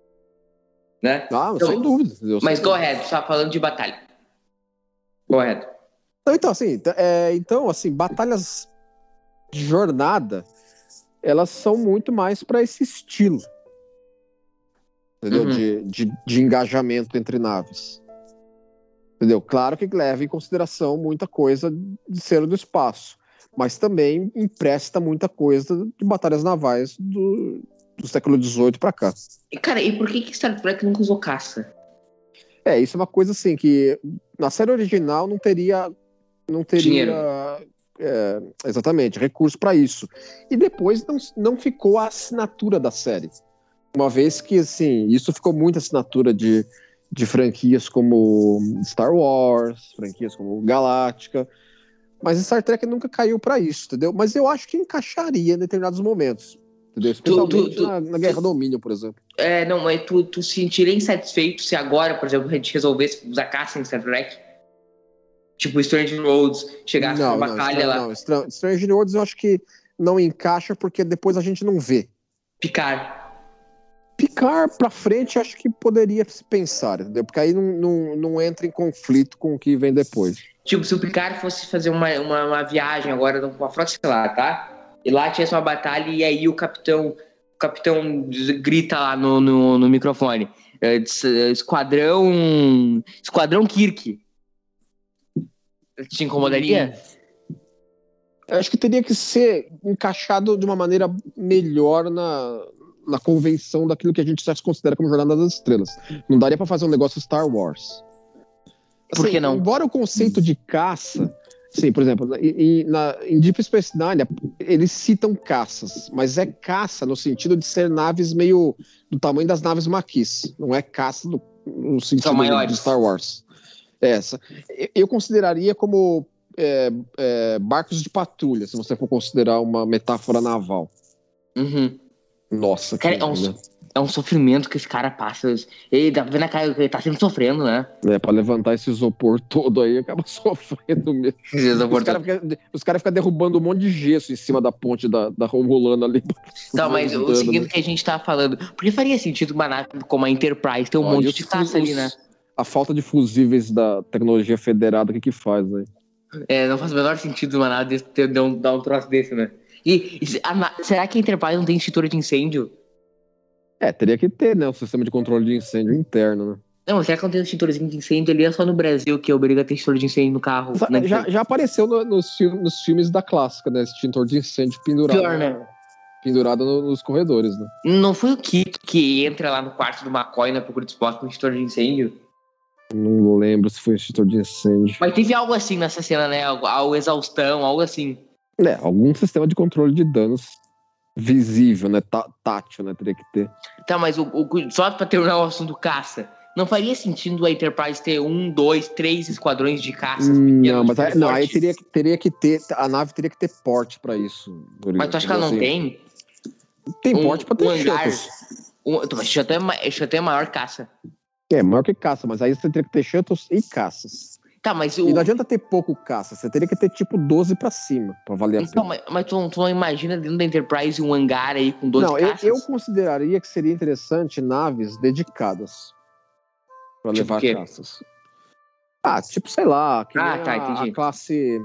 Né? Ah, então, sem dúvida. Entendeu? Mas go ahead, você estava falando de batalha. Go ahead. Então, então assim, é, então, assim, batalhas de jornada, elas são muito mais para esse estilo, entendeu? Uhum. De, de, de engajamento entre naves, entendeu? Claro que leva em consideração muita coisa de ser do espaço, mas também empresta muita coisa de batalhas navais do, do século dezoito para cá. Cara, e por que que Star Trek nunca usou caça? É, isso é uma coisa assim que na série original não teria. Não teria. Dinheiro. É, exatamente, recurso para isso. E depois não, não ficou a assinatura da série. Uma vez que, assim, isso ficou muita assinatura de, de franquias como Star Wars, franquias como Galáctica, mas Star Trek nunca caiu para isso, entendeu? Mas eu acho que encaixaria em determinados momentos, entendeu? Especialmente Tu- tu- tu- na, na Guerra do Domínio, por exemplo. É, não, mas tu, tu se sentiria insatisfeito se agora, por exemplo, a gente resolvesse usar caça em Star Trek? Tipo, Strange Roads, chegasse Não, uma não, batalha Stra- lá, não, Stra- Strange Worlds eu acho que não encaixa porque depois a gente não vê. picar. Picar pra frente acho que poderia se pensar, entendeu? Porque aí não, não, não entra em conflito com o que vem depois. Tipo, se o Picard fosse fazer uma, uma, uma viagem agora com a frota estelar, tá? E lá tivesse uma batalha e aí o capitão, o capitão grita lá no, no, no microfone. É, es- esquadrão. Esquadrão Kirk. Te incomodaria? Eu acho que teria que ser encaixado de uma maneira melhor na, na convenção daquilo que a gente já se considera como Jornada das Estrelas. Não daria pra fazer um negócio Star Wars. Por que não? Embora o conceito de caça, sim, por exemplo, em, na, em Deep Space Nine, eles citam caças, mas é caça no sentido de ser naves meio do tamanho das naves Maquis, não é caça do, no sentido maiores. de Star Wars. Essa. Eu consideraria como é, é, barcos de patrulha, se você for considerar uma metáfora naval. Uhum. Nossa, Cara, que, é um, né? é um sofrimento que esse cara passa. Ele tá vendo a cara que ele tá sempre sofrendo, né? É, pra levantar esse isopor todo aí, acaba sofrendo mesmo. Os caras ficam cara fica derrubando um monte de gesso em cima da ponte da, da Romulana ali. Tá, mas o Dano, seguinte né? que a gente tá falando, porque faria sentido uma nave como a Enterprise ter um Olha, monte os- de caça ali, os- né? A falta de fusíveis da tecnologia federada, o que que faz, né? É, não faz o menor sentido uma nave desse ter, dar, um, dar um troço desse, né? E, e se- a na- será que a Enterprise não tem extintor de incêndio? É, teria que ter, né? Um sistema de controle de incêndio interno, né? Não, será que não tem um extintorzinho de incêndio ali? É só no Brasil que obriga a ter extintor de incêndio no carro. Já, né? já, já apareceu no- nos, fil- nos filmes da clássica, né? Esse extintor de incêndio pendurado, Pior, né? pendurado no- nos corredores, né? Não foi o Kit que entra lá no quarto do McCoy na procura de spot com extintor de incêndio? Não lembro se foi extintor de incêndio. Mas teve algo assim nessa cena, né? Algo, algo exaustão, algo assim. É, algum sistema de controle de danos visível, né? Tá, tátil, né? Teria que ter. Tá, mas o, o- só pra terminar o assunto caça, não faria sentido a Enterprise ter um, dois, três esquadrões de caças pequenos? Não, mas aí, não, aí fortes? teria, que- teria que ter. A nave teria que ter porte pra isso. Mas tu acha que ela não Assim, tem? Tem um, porte pra ter um hangar? shuttles. Um, mas Shuttle é, ma- Shuttle é maior caça. É, maior que caça, mas aí você teria que ter shuttles e caças. Tá, mas o. E não adianta ter pouco caça, você teria que ter tipo doze pra cima pra valer a Então, pena. mas, mas tu, tu não imagina dentro da Enterprise um hangar aí com doze Não, eu, caças? eu consideraria que seria interessante naves dedicadas pra Tipo levar o quê? caças. Ah, tipo, sei lá, que Ah, nem tá, a, entendi. a classe.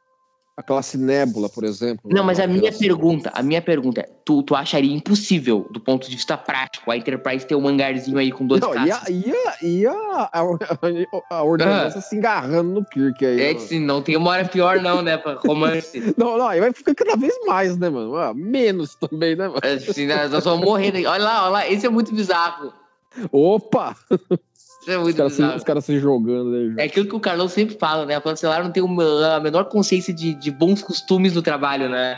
A classe Nebula, por exemplo. Não, mas a minha geração. pergunta, a minha pergunta é, tu, tu acharia impossível, do ponto de vista prático, a Enterprise ter um hangarzinho aí com doze Não, e a, caças? e a, e a, a, a ordenança se engarrando no Kirk aí. É né? que se não tem uma hora pior não, né, pra romance. Não, não, aí vai ficar cada vez mais, né, mano? Ah, menos também, né, mano? Assim, né, nós vamos morrendo aí. Olha lá, olha lá, esse é muito bizarro. Opa! Isso é Os muito caras se, bizarro. os caras se jogando aí. É aquilo que o Carlão sempre fala, né? A plano celular não tem uma, a menor consciência de, de bons costumes no trabalho, né?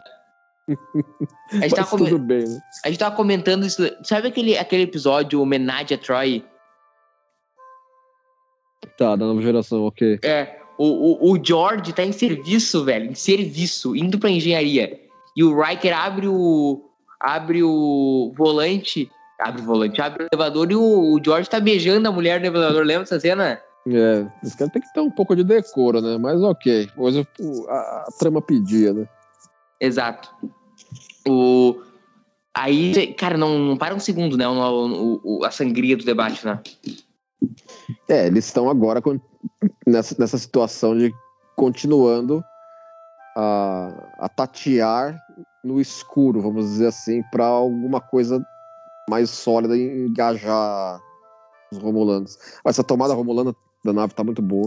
A gente, tava Mas come- tudo bem, né? a gente tava comentando isso. Sabe aquele, aquele episódio Homenagem a Troy? Tá, da nova geração, ok. É. O, o, o George tá em serviço, velho. Em serviço, indo pra engenharia. E o Riker abre o. Abre o volante. Abre o volante, abre o elevador e o, o George tá beijando a mulher no elevador. Lembra dessa cena? É, os caras têm que ter um pouco de decoro, né? Mas ok. Hoje a, a trama pedia, né? Exato. O. Aí, cara, não, não para um segundo, né? O, o- o- a sangria do debate, né? É, eles estão agora con- nessa, nessa situação de continuando a, a tatear no escuro, vamos dizer assim, para alguma coisa mais sólida e engajar os romulanos. Essa tomada romulana da nave tá muito boa.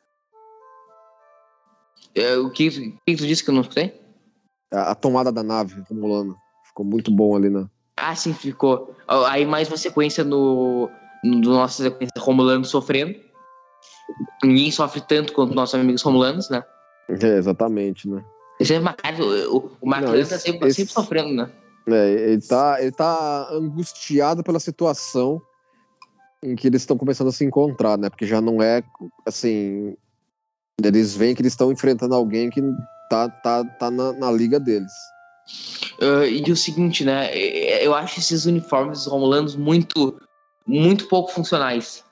É, o que, o que tu disse que eu não sei? A, a tomada da nave romulana ficou muito bom ali, né? Ah, sim, ficou. Aí mais uma sequência no, do nossa sequência Romulanos sofrendo. Ninguém sofre tanto quanto nossos amigos Romulanos, né? É, exatamente, né? Esse é uma cara, o, o McClellan tá sempre, esse, sempre sofrendo, né? É, ele tá, ele tá angustiado pela situação em que eles estão começando a se encontrar, né? Porque já não é, assim... Eles veem que eles estão enfrentando alguém que tá, tá, tá na, na liga deles. Uh, e o seguinte, né? Eu acho esses uniformes romulanos muito, muito pouco funcionais.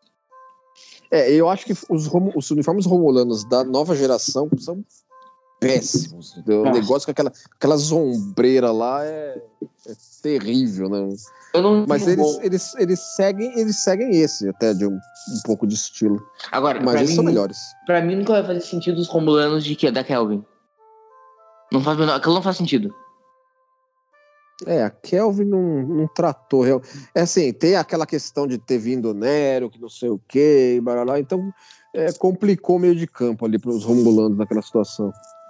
É, eu acho que os, os uniformes romulanos da nova geração são péssimos. O Nossa. negócio com aquela, aquela sombreira lá é, é terrível, né? Eu não Mas eles, eles, eles, seguem, eles seguem esse até de um, um pouco de estilo. Agora, mas eles mim, são melhores. Pra mim nunca vai fazer sentido os romulanos de que da Kelvin. Não faz menor, aquilo não faz sentido. É, a Kelvin não, não tratou. É assim, tem aquela questão de ter vindo o Nero, que não sei o quê, e baralá, então é, complicou o meio de campo ali para os romulanos naquela situação.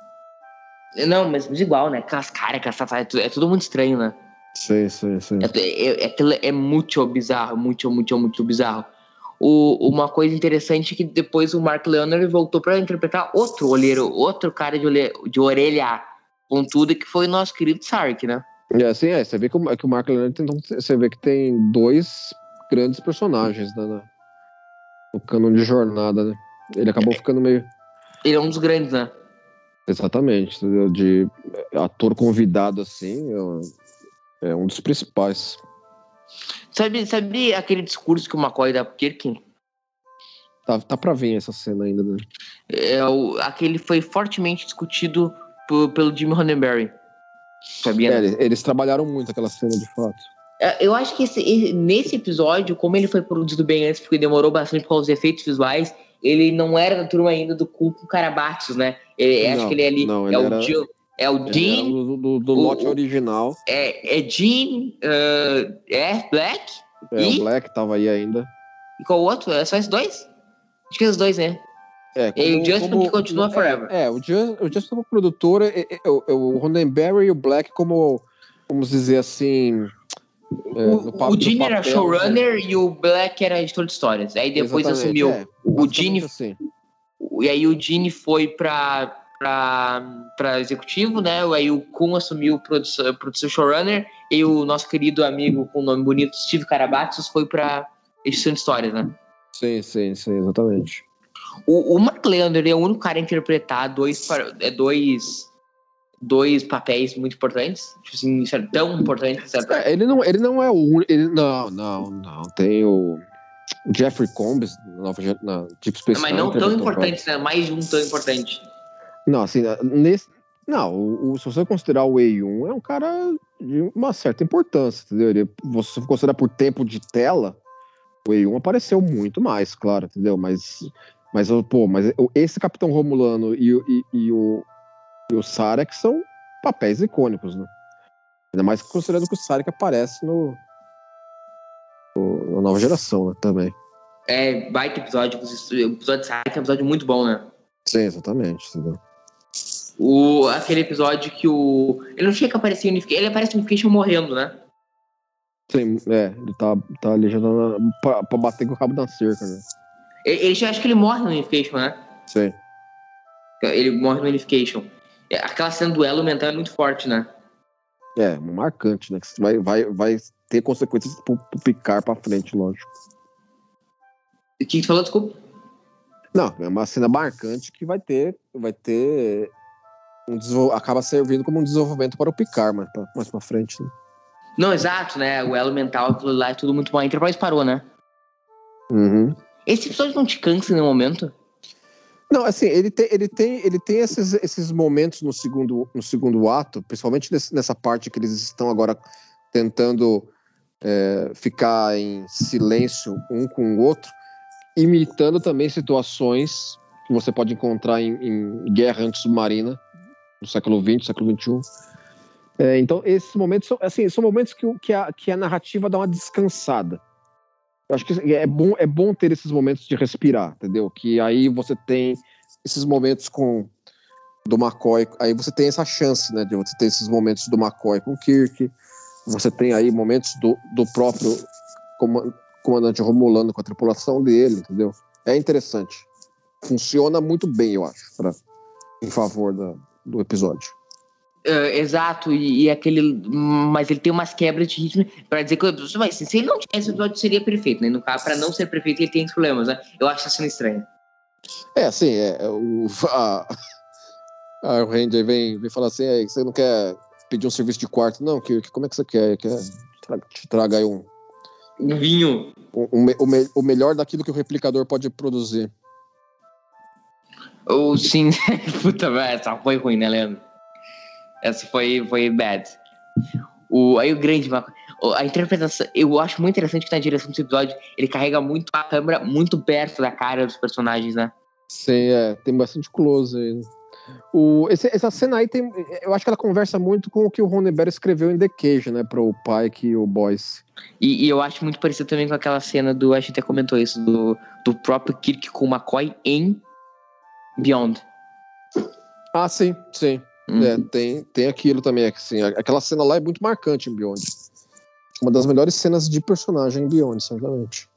Não, mas, mas igual, né? Aquelas caras, aquelas, é, tudo, é tudo muito estranho, né? Sim, sim, sim. É, é, é, é muito bizarro, muito, muito, muito bizarro. O, uma coisa interessante é que depois o Mark Leonard voltou para interpretar outro olheiro, outro cara de, olhe, de orelha com tudo, que foi o nosso querido Sark, né? É assim, é, você vê que o, que o Mark Leonard tentou, você vê que tem dois grandes personagens, né, no, no canon de jornada, né? Ele acabou é, ficando meio... Ele é um dos grandes, né? Exatamente, entendeu? De ator convidado, assim, é, é um dos principais. Sabe, sabe aquele discurso que o McCoy dá pro Kirk? Tá, tá pra vir essa cena ainda, né? É, o, aquele foi fortemente discutido p- pelo Jim Roddenberry. Sabia? É, eles, eles trabalharam muito aquela cena, de fato. Eu acho que esse, nesse episódio, como ele foi produzido bem antes, porque demorou bastante por causa dos efeitos visuais, ele não era da turma ainda do culto Carabatos, né? Ele, não, acho que ele é ali. Não, é, ele o era, Gil, é o Dean. Do, do, do lote o, original. É, é Dean. Uh, é Black. É, e, o Black tava aí ainda. E qual o outro? É só esses dois? Acho que é os dois, né? É, como, e o Justin como, que continua é, forever. É, o Justin, o Justin como produtor, é, é, é, o Roddenberry e o Black como, vamos dizer assim... É, o papo, o Gene era showrunner, né? E o Black era editor de histórias. Aí depois Exatamente, assumiu é, o Gene. Assim. E aí o Gene foi pra, pra, pra executivo, né? Aí o Kun assumiu o produção, produção showrunner. E o nosso querido amigo com o nome bonito, Steve Carabatos, foi pra edição de histórias, né? Sim, sim, sim, exatamente. O, o Mark Leonard é o único cara a interpretar dois, dois, dois papéis muito importantes. Tipo assim, isso é tão importante. É, ele, não, ele não é o único. Ele, não, não, não. Tem o, o Jeffrey Combs na nova na Deep Space Mas não tão importante, né? Mais de um tão importante. Não, assim, nesse. Não, o, o, se você considerar o A um, é um cara de uma certa importância, entendeu? Ele, você considerar por tempo de tela, o A um apareceu muito mais, claro, entendeu? Mas. Mas, pô, mas esse Capitão Romulano e, e, e o, e o Sarek são papéis icônicos, né? Ainda mais considerando que o Sarek aparece no, no na nova geração, né, também. É, baita episódio. O episódio de Sarek é um episódio muito bom, né? Sim, exatamente. Entendeu? O, aquele episódio que o... Ele não tinha que aparecer em Unification. Ele aparece em Unification morrendo, né? Sim, é. Ele tá, tá ali já na, pra, pra bater com o rabo na cerca, né? Ele, ele acho que ele morre no Unification, né? Sim. Ele morre no Unification. Aquela cena do duelo mental é muito forte, né? É, marcante, né? Que vai, vai, vai ter consequências pro, pro Picard pra frente, lógico. O que tu falou, desculpa? Não, é uma cena marcante que vai ter, vai ter um desenvol... acaba servindo como um desenvolvimento para o Picard mais pra, mais pra frente, né? Não, exato, né? O elo mental, aquilo lá é tudo muito bom. A Enterprise parou, né? Uhum. Esse episódio não te cansa em nenhum momento? Não, assim, ele tem, ele tem, ele tem esses, esses momentos no segundo, no segundo ato, principalmente nesse, nessa parte que eles estão agora tentando é, ficar em silêncio um com o outro, imitando também situações que você pode encontrar em, em guerra antissubmarina no século vinte, século vinte e um. É, então, esses momentos são, assim, são momentos que, que, a, que a narrativa dá uma descansada. Eu acho que é bom, é bom ter esses momentos de respirar, entendeu? Que aí você tem esses momentos com do McCoy, aí você tem essa chance, né? De você ter esses momentos do McCoy com o Kirk, você tem aí momentos do, do próprio comandante Romulano com a tripulação dele, entendeu? É interessante. Funciona muito bem, eu acho, pra, em favor da, do episódio. Uh, exato, e, e aquele. Mas ele tem umas quebras de ritmo pra dizer que. Mas, se ele não tivesse, o episódio seria perfeito, né? No caso, pra não ser perfeito, ele tem esses problemas, né? Eu acho essa cena estranha. É, assim, é, o, a, a Randy vem, vem falar assim: é, você não quer pedir um serviço de quarto? Não, que, que, como é que você quer? Quer te traga aí um. Um vinho. Um, um, o, me, o melhor daquilo que o replicador pode produzir. Ou sim. Puta, essa foi ruim, né, Leandro? Essa foi, foi bad. O, aí o grande... A interpretação... Eu acho muito interessante que na direção desse episódio ele carrega muito a câmera muito perto da cara dos personagens, né? Sim, é. Tem bastante close aí. O, esse, essa cena aí tem... Eu acho que ela conversa muito com o que o Ronenberg escreveu em The Cage, né? Pro Pike e o Boyce. E, e eu acho muito parecido também com aquela cena do... A gente até comentou isso. Do, do próprio Kirk com o McCoy em Beyond. Ah, sim. Sim. Uhum. É, tem, tem aquilo também, assim, aquela cena lá é muito marcante em Beyond. Uma das melhores cenas de personagem em Beyond, certamente.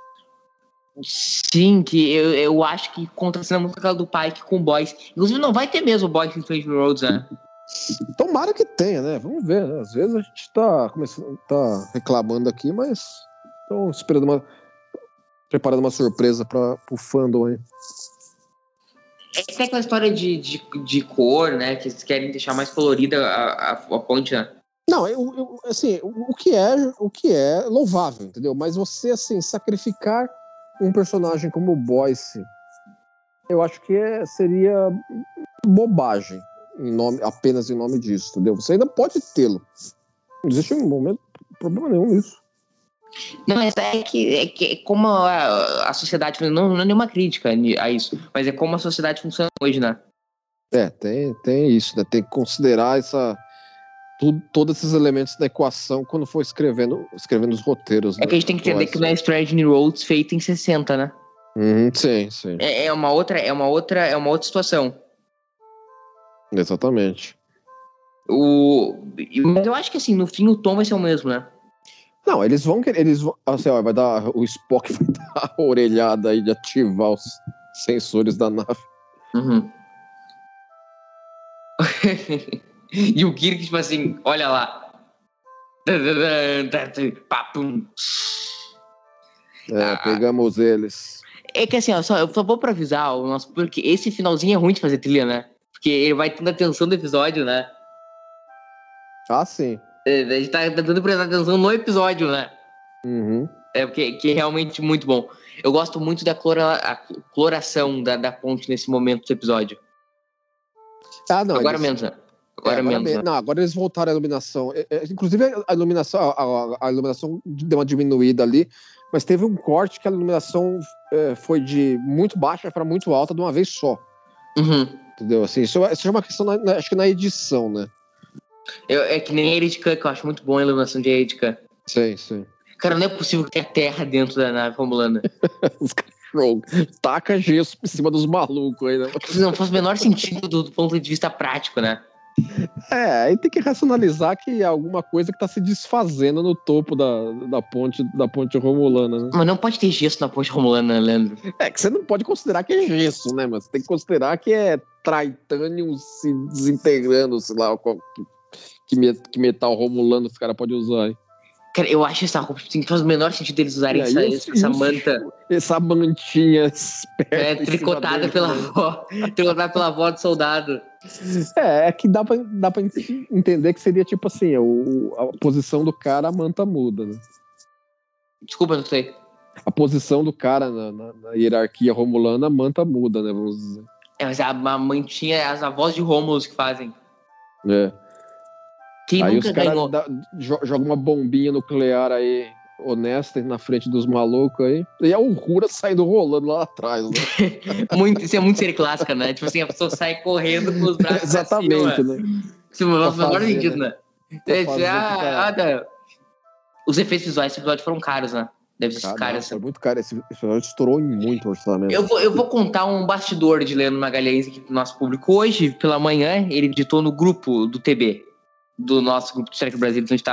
Sim, que eu, eu acho que contracena muito aquela do Pike com o Boyce. Inclusive não vai ter mesmo o Boyce em Strange Roads, né? Tomara que tenha, né? Vamos ver, né? Às vezes a gente tá, começando, tá reclamando aqui, mas estão esperando uma... preparando uma surpresa para o fandom aí. É que tem aquela história de, de, de cor, né? Que eles querem deixar mais colorida a, a, a ponte, né? Não, eu, eu, assim, o, o, que é, o que é louvável, entendeu? Mas você, assim, sacrificar um personagem como o Boyce, eu acho que é, seria bobagem, em nome, apenas em nome disso, entendeu? Você ainda pode tê-lo. Não existe um momento, problema nenhum nisso. Não, mas é que, é que como a, a sociedade, não, não é nenhuma crítica a isso, mas é como a sociedade funciona hoje, né? É, tem, tem isso, né? Tem que considerar essa, tudo, todos esses elementos da equação quando for escrevendo, escrevendo os roteiros. É né? que a gente tem que entender que não é Strange Roads feito em sessenta, né? Uhum, sim, sim. É, é, uma outra, é, uma outra, é uma outra situação. Exatamente. O, mas eu acho que assim, no fim o tom vai ser o mesmo, né? Não, eles vão querer, eles vão, assim, ó, vai dar, o Spock vai dar a orelhada aí de ativar os sensores da nave. Uhum. E o Kirk, tipo assim, olha lá. É, ah, pegamos eles. É que assim, ó, só, eu só vou pra avisar o nosso, porque esse finalzinho é ruim de fazer trilha, né? Porque ele vai tendo a atenção do episódio, né? Ah, sim. A gente tá tentando prestar atenção no episódio, né? Uhum. É, porque que é realmente muito bom. Eu gosto muito da clora, a coloração da, da ponte nesse momento do episódio. Ah, não. Agora eles... menos, né? Agora, é, agora menos. Né? Não, agora eles voltaram à iluminação. É, é, inclusive, a iluminação, a, a, a iluminação deu uma diminuída ali, mas teve um corte que a iluminação é, foi de muito baixa para muito alta de uma vez só. Uhum. Entendeu? Assim, isso, isso é uma questão, na, na, acho que na edição, né? Eu, é que nem a Erika, que eu acho muito bom a iluminação de Erika. Sim, sim. Cara, não é possível que tenha terra dentro da nave Romulana. Os cachorros. Taca gesso em cima dos malucos aí, né? Não faz o menor sentido do, do ponto de vista prático, né? É, aí tem que racionalizar que é alguma coisa que tá se desfazendo no topo da, da, ponte, da ponte romulana, né? Mas não pode ter gesso na ponte romulana, Leandro. É que você não pode considerar que é gesso, né? Mas você tem que considerar que é tritânio se desintegrando, sei lá, que, que metal romulano os caras podem usar aí. Cara, eu acho essa roupa assim, faz o menor sentido eles usarem essa, isso, essa isso, manta. Essa mantinha é, tricotada pela avó. Tricotada pela avó do soldado. É, é que dá pra, dá pra entender que seria tipo assim, o, a posição do cara, a manta muda, né? Desculpa, não sei. A posição do cara na, na, na hierarquia romulana, a manta muda, né? Vamos dizer. É, mas a, a mantinha é as avós de Romulus que fazem. É. Quem aí nunca os caras ganhou... jogam uma bombinha nuclear aí, honesta, na frente dos malucos aí. E a Uhura saindo rolando lá atrás, né? muito, isso é muito série clássica, né? Tipo assim, a pessoa sai correndo com os braços exatamente, cima, né? Isso não faz o menor sentido, né? É, ah, ah, tá. Os efeitos visuais desse episódio foram caros, né? Deve ser ah, caros. Não, foi muito caro. Esse episódio estourou em muito orçamento. Eu vou, eu vou contar um bastidor de Leandro Magalhães aqui pro nosso público. Hoje, pela manhã, ele editou no grupo do T B, do nosso grupo de Trek Brasil, onde tá,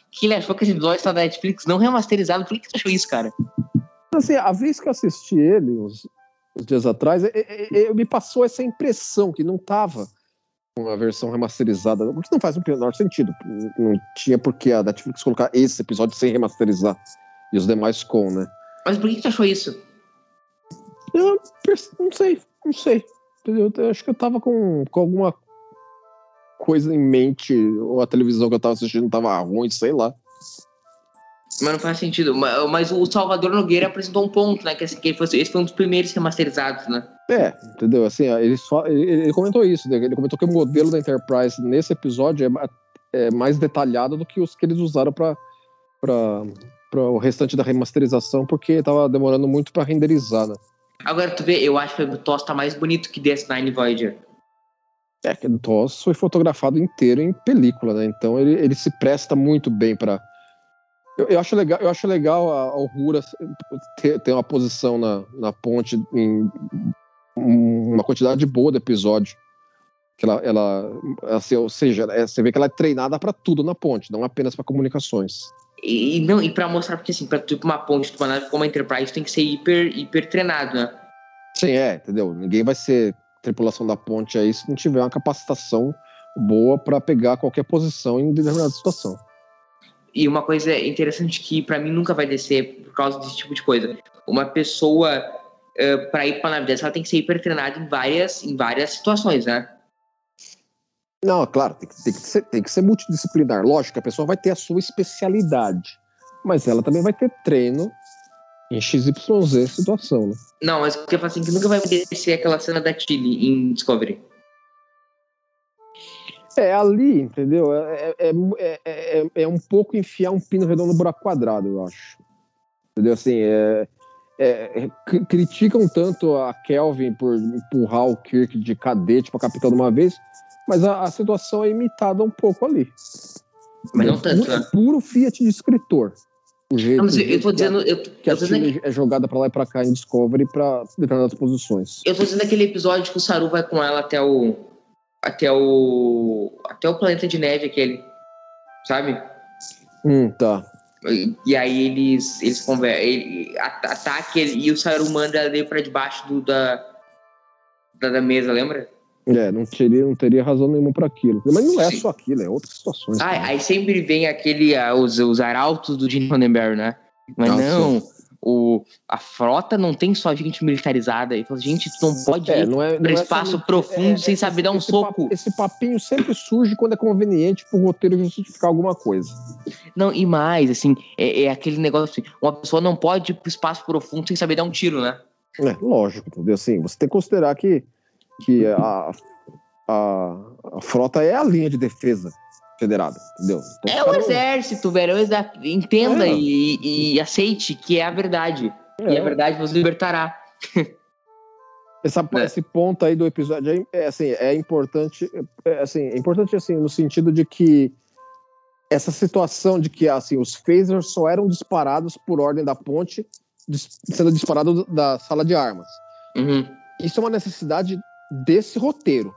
que ele achou que esse episódio está na Netflix não remasterizado. Por que você achou isso, cara? Assim, a vez que eu assisti ele, uns, uns dias atrás, eu, eu, eu, me passou essa impressão que não tava com a versão remasterizada. O que não faz o menor sentido. Não tinha por que a Netflix colocar esse episódio sem remasterizar. E os demais com, né? Mas por que você achou isso? Eu não sei, não sei. Eu, eu acho que eu tava com, com alguma coisa em mente, ou a televisão que eu tava assistindo tava ruim, sei lá. Mas não faz sentido. Mas, mas o Salvador Nogueira apresentou um ponto, né? Que, assim, que ele foi, esse foi um dos primeiros remasterizados, né? É, entendeu? Assim, ele, só, ele, ele comentou isso, né? Ele comentou que o modelo da Enterprise nesse episódio é, é mais detalhado do que os que eles usaram para para o restante da remasterização, porque tava demorando muito para renderizar, né? Agora, tu vê, eu acho que o T O S tá mais bonito que D S nove Voyager. É, que o T O S foi fotografado inteiro em película, né? Então ele, ele se presta muito bem para... Eu, eu acho legal, eu acho legal a, a Uhura ter, ter uma posição na, na ponte em uma quantidade boa de episódio. Que ela, ela, assim, ou seja, é, você vê que ela é treinada para tudo na ponte, não apenas para comunicações. E, não, e pra mostrar, porque assim, pra tu ir pra uma ponte, uma nave como a Enterprise, tem que ser hiper, hiper treinado, né? Sim, é, entendeu? Ninguém vai ser tripulação da ponte aí se não tiver uma capacitação boa para pegar qualquer posição em determinada situação. E uma coisa interessante que pra mim nunca vai descer por causa desse tipo de coisa. Uma pessoa, uh, pra ir pra nave dessa, ela tem que ser hiper treinada em várias, em várias situações, né? Não, claro, tem que, tem, que ser, tem que ser multidisciplinar. Lógico que a pessoa vai ter a sua especialidade, mas ela também vai ter treino em X Y Z situação, né? Não, mas o que eu falo assim, que nunca vai me descer aquela cena da Tilly em Discovery. É, ali, entendeu? É, é, é, é, é um pouco enfiar um pino redondo no buraco quadrado, eu acho. Entendeu? Assim, é, é, é, criticam tanto a Kelvin por empurrar o Kirk de cadete para capitão de uma vez, mas a, a situação é imitada um pouco ali. Mas não tanto, puro, né? Puro Fiat de escritor. O jeito, não, mas eu, eu tô que dizendo... A, eu, que eu a tô dizendo é jogada pra lá e pra cá em Discovery pra determinadas posições. Eu tô dizendo aquele episódio que o Saru vai com ela até o... Até o... Até o planeta de neve aquele. Sabe? Hum, tá. E, e aí eles... Eles conversam... Ele, ataque ele, e o Saru manda ela pra debaixo do, da, da... Da mesa, lembra? É, não teria, não teria razão nenhuma para aquilo. Mas não é Sim. só aquilo, é outras situações. Ah, aí sempre vem aquele, uh, os, os arautos do Gene Roddenberry, né? Mas ah, não, o, a frota não tem só gente militarizada. E fala, gente, tu não pode é, ir não é, para espaço é, profundo é, sem é, saber esse, dar um esse soco. Papo, esse papinho sempre surge quando é conveniente pro roteiro justificar alguma coisa. Não, e mais, assim, é, é aquele negócio assim, uma pessoa não pode ir pro espaço profundo sem saber dar um tiro, né? É, lógico, entendeu? Assim, você tem que considerar que que a, a, a frota é a linha de defesa federada, entendeu? Então, é o exército, velho. Entenda é. e, e aceite que é a verdade. É. E a verdade vos libertará. Essa, é. Esse ponto aí do episódio é, assim, é importante, é, assim, é importante assim, no sentido de que essa situação de que assim, os phasers só eram disparados por ordem da ponte, sendo disparados da sala de armas. Uhum. Isso é uma necessidade desse roteiro.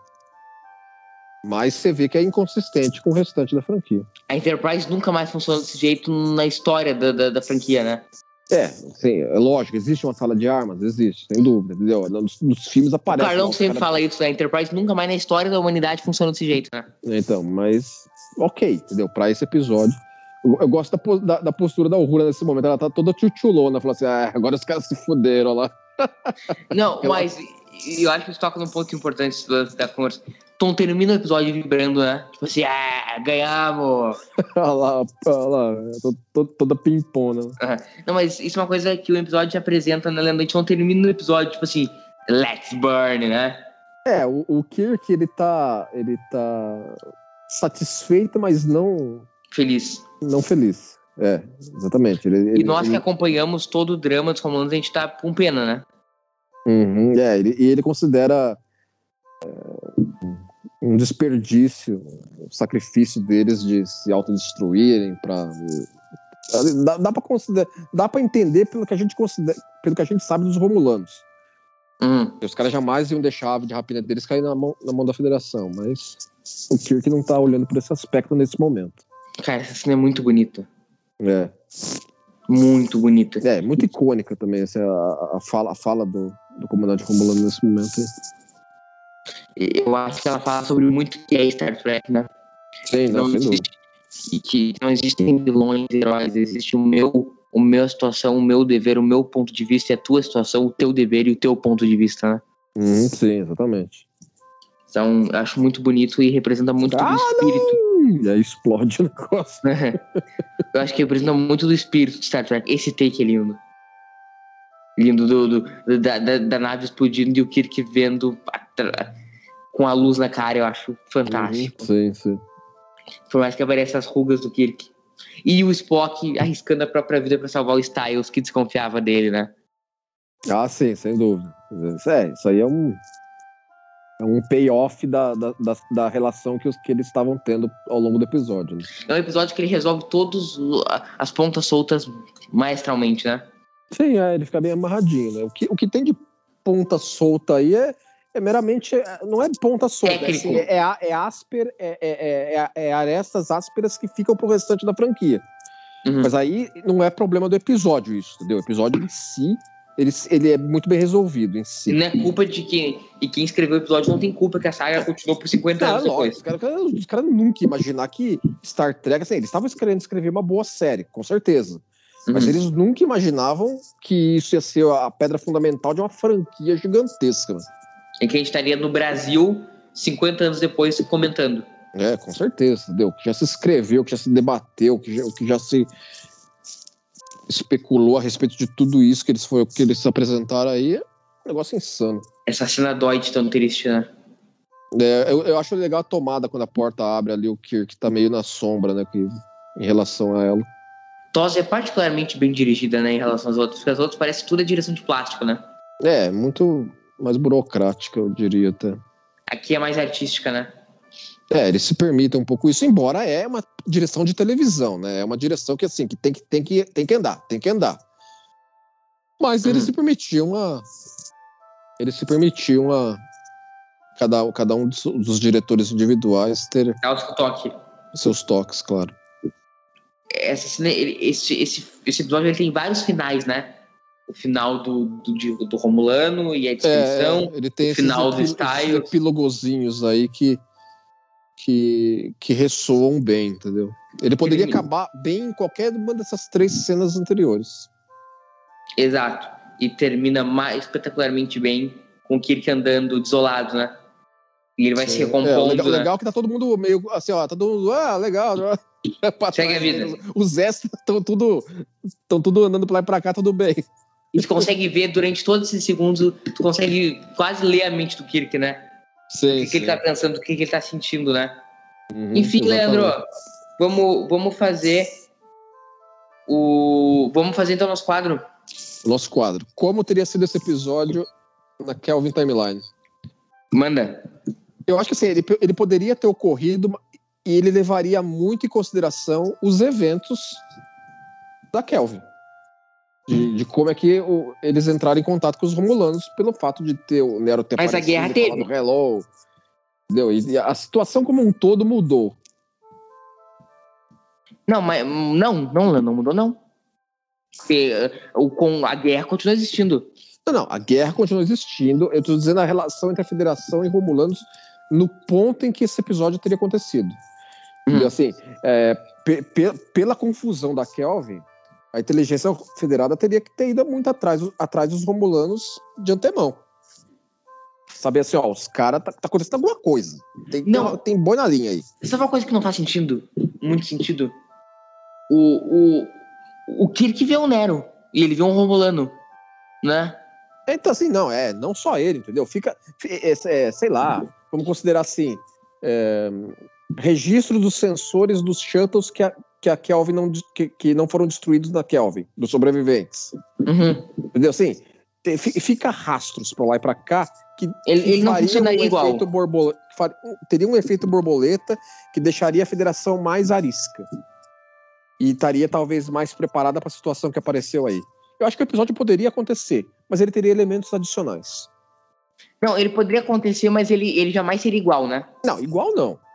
Mas você vê que é inconsistente com o restante da franquia. A Enterprise nunca mais funcionou desse jeito na história da, da, da franquia, né? É, sim, é lógico, existe uma sala de armas, existe, sem dúvida, entendeu? Nos, nos filmes aparece. O Carlão sempre cara... fala isso, a Enterprise nunca mais na história da humanidade funcionou desse jeito, né? Então, mas, ok, entendeu? Pra esse episódio, eu, eu gosto da, da, da postura da Uhura nesse momento, ela tá toda tchutchulona, falou assim, ah, agora os caras se fuderam lá. Não, mas... eu acho que isso toca num ponto importante da, da conversa. Tom termina o episódio vibrando, né? Tipo assim, ah, ganhamos! Olha lá, olha lá, tô, tô, toda pimpona. Uhum. Não, mas isso é uma coisa que o episódio apresenta na lenda. A gente não termina o episódio, tipo assim, let's burn, né? É, o, o Kirk, ele tá, ele tá satisfeito, mas não... feliz. Não feliz, é, exatamente. Ele, e ele, nós ele... que acompanhamos todo o drama dos Romulanos, a gente tá com pena, né? Uhum, é, ele, e ele considera é, um desperdício, o sacrifício deles de se autodestruírem para dá, dá para considerar, dá para entender pelo que a gente considera, pelo que a gente sabe dos Romulanos. Uhum. Os caras jamais iam deixar a ave de rapina deles cair na mão, na mão da Federação, mas o Kirk não tá olhando por esse aspecto nesse momento. Cara, essa cena é muito bonita. É. Muito bonita. É, muito icônica também, essa, a, a fala, a fala do, do comandante Romulano nesse momento. Eu acho que ela fala sobre muito que é Star Trek, né? Sim, não, não sem dúvida. existe, e que não existem vilões, heróis, existe o meu, o meu situação, o meu dever, o meu ponto de vista e a tua situação, o teu dever e o teu ponto de vista, né? Hum, sim, exatamente. Então, eu acho muito bonito e representa muito Ah, do espírito. não! E aí explode o negócio. Eu acho que representa muito do espírito de Star Trek. Esse take é lindo. Lindo do, do, da, da, da nave explodindo e o Kirk vendo atra... com a luz na cara, eu acho fantástico. Uhum, sim, sim. Por mais que apareçam as rugas do Kirk. E o Spock arriscando a própria vida pra salvar o Styles, que desconfiava dele, né? Ah, sim, sem dúvida. Isso, é, isso aí é um, é um payoff da, da, da, da relação que, os, que eles estavam tendo ao longo do episódio. Né? É um episódio que ele resolve todas as pontas soltas maestralmente, né? Sim, é, ele fica bem amarradinho, né? O que, o que tem de ponta solta aí é, é meramente... Não é ponta solta, é, assim, é, é, é ásper, é, é, é, é arestas ásperas que ficam pro restante da franquia. Uhum. Mas aí não é problema do episódio isso, entendeu? O episódio em si, ele, ele é muito bem resolvido em si. Não é culpa de quem... E quem escreveu o episódio não tem culpa que a saga continuou por cinquenta anos depois. Os caras cara, cara nunca iam imaginar que Star Trek... Assim, eles estavam querendo escrever uma boa série, com certeza. Mas uhum. eles nunca imaginavam que isso ia ser a pedra fundamental de uma franquia gigantesca. Mano. E que a gente estaria no Brasil cinquenta anos depois comentando. É, com certeza, entendeu? Que já se escreveu, que já se debateu, que já, que já se especulou a respeito de tudo isso que eles, foi, que eles se apresentaram aí. É um negócio insano. Essa cena dói de tão triste, né? É, eu, eu acho legal a tomada quando a porta abre ali, o Kirk tá meio na sombra, né? Que, em relação a ela. T O S é particularmente bem dirigida, né, em relação às outras, porque as outras parece tudo é direção de plástico, né? É, muito mais burocrática, eu diria até. Aqui é mais artística, né? É, eles se permitem um pouco isso, embora é uma direção de televisão, né? É uma direção que, assim, que tem que, tem que, tem que andar, tem que andar. Mas eles hum. se permitiam a... Eles se permitiam a... Cada, cada um dos, dos diretores individuais ter... É o toque. Seus toques, claro. Essa, esse, esse, esse episódio ele tem vários finais, né? O final do, do, do Romulano e a descrição. É, ele tem o final esses, do Styles. Esses epilogozinhos aí que, que, que ressoam bem, entendeu? Ele poderia ele... acabar bem em qualquer uma dessas três cenas anteriores. Exato. E termina mais espetacularmente bem com o Kirk andando desolado, né? E ele vai Sim. se recompondo. É, o legal, né? legal que tá todo mundo meio assim, ó, tá todo mundo, ah, legal, né? Segue a vida. Os extras estão tudo, estão tudo andando pra lá e pra cá, tudo bem. E tu consegue ver durante todos esses segundos, tu consegue quase ler a mente do Kirk, né? Sim, o que, sim. que ele tá pensando, o que, que ele tá sentindo, né? Uhum, Enfim, exatamente. Leandro, vamos, vamos fazer o... Vamos fazer então nosso quadro? Nosso quadro. Como teria sido esse episódio na Kelvin Timeline? Manda. Eu acho que assim, ele, ele poderia ter ocorrido e ele levaria muito em consideração os eventos da Kelvin. De, de como é que o, eles entraram em contato com os Romulanos pelo fato de ter o Nero ter Mas a guerra teve. Hello, entendeu? E a situação como um todo mudou. Não, mas não, não, não mudou, não. Porque, o, com, a guerra continua existindo. Não, não, a guerra continua existindo. Eu estou dizendo a relação entre a Federação e Romulanos no ponto em que esse episódio teria acontecido. Hum. E, assim, é, pe, pe, pela confusão da Kelvin, a inteligência federada teria que ter ido muito atrás, atrás dos Romulanos de antemão. Saber assim, ó, os caras, tá, tá acontecendo alguma coisa. Tem, não, tem, tem boi na linha aí. Sabe uma coisa que não faz sentido? Muito sentido? O, o, o Kirk vê o Nero e ele vê um Romulano, né? Então, assim, não, é, não só ele, entendeu? Fica, é, é, sei lá, vamos considerar assim, é, registro dos sensores dos shuttles que a, que a Kelvin não, que, que não foram destruídos na Kelvin, dos sobreviventes. Uhum. Entendeu? Assim, te, fica rastros pra lá e pra cá que, ele, que ele não funcionaria um igual. Borboleta, far, teria um efeito borboleta que deixaria a Federação mais arisca. E estaria talvez mais preparada para a situação que apareceu aí. Eu acho que o episódio poderia acontecer, mas ele teria elementos adicionais. Não, ele poderia acontecer, mas ele, ele jamais seria igual, né? Não, igual não.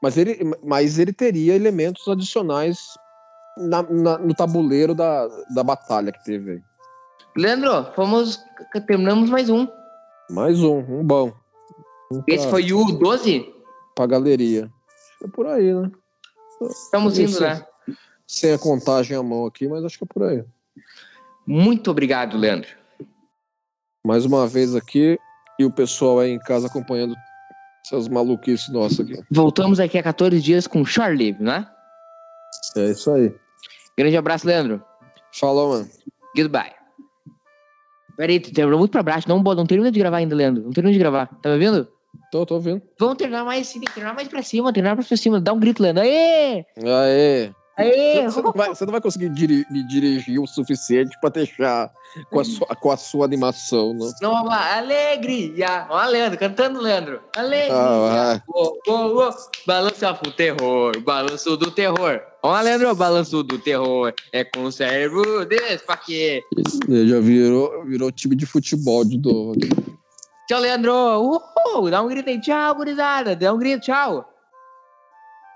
Mas ele, mas ele teria elementos adicionais na, na, no tabuleiro da, da batalha que teve aí. Leandro, fomos, terminamos mais um. Mais um, um bom. Um pra, Esse foi o doze? Pra galeria. É por aí, né? Estamos indo, sem, né? Sem a contagem à mão aqui, mas acho que é por aí. Muito obrigado, Leandro. Mais uma vez aqui, e o pessoal aí em casa acompanhando essas maluquices nossas aqui. Voltamos aqui a quatorze dias com Shore Live, né? É isso aí. Grande abraço, Leandro. Falou, mano. Goodbye. Peraí, tu terminou muito pra baixo. Não, não termina de gravar ainda, Leandro. Não termina de gravar. Tá me ouvindo? Tô, tô ouvindo. Vamos terminar mais assim, tem que terminar mais pra cima, terminar mais pra cima. Dá um grito, Leandro. Aê! Aê! Aê! Você não vai, você não vai conseguir diri- me dirigir o suficiente pra deixar com a sua, com a sua animação, não? Não, vamos lá. Alegria. Ó, Leandro, cantando, Leandro. Alegria. Ah, oh, oh, oh. Balança pro terror, balanço do terror. Ó, Leandro, balanço do terror. É com o cérebro desse, pra quê? Ele já virou, virou time de futebol de novo. Tchau, Leandro. Uhul. Dá um grito aí. Tchau, gurizada. Dá um grito, tchau.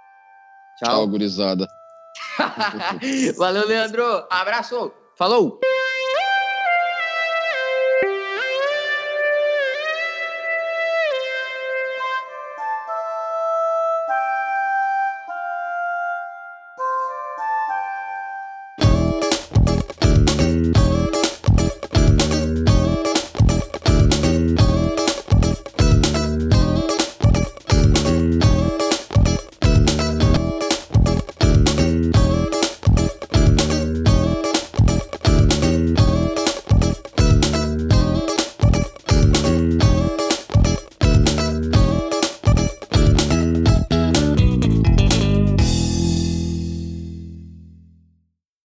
Tchau, gurizada. Valeu, Leandro. Abraço. Falou.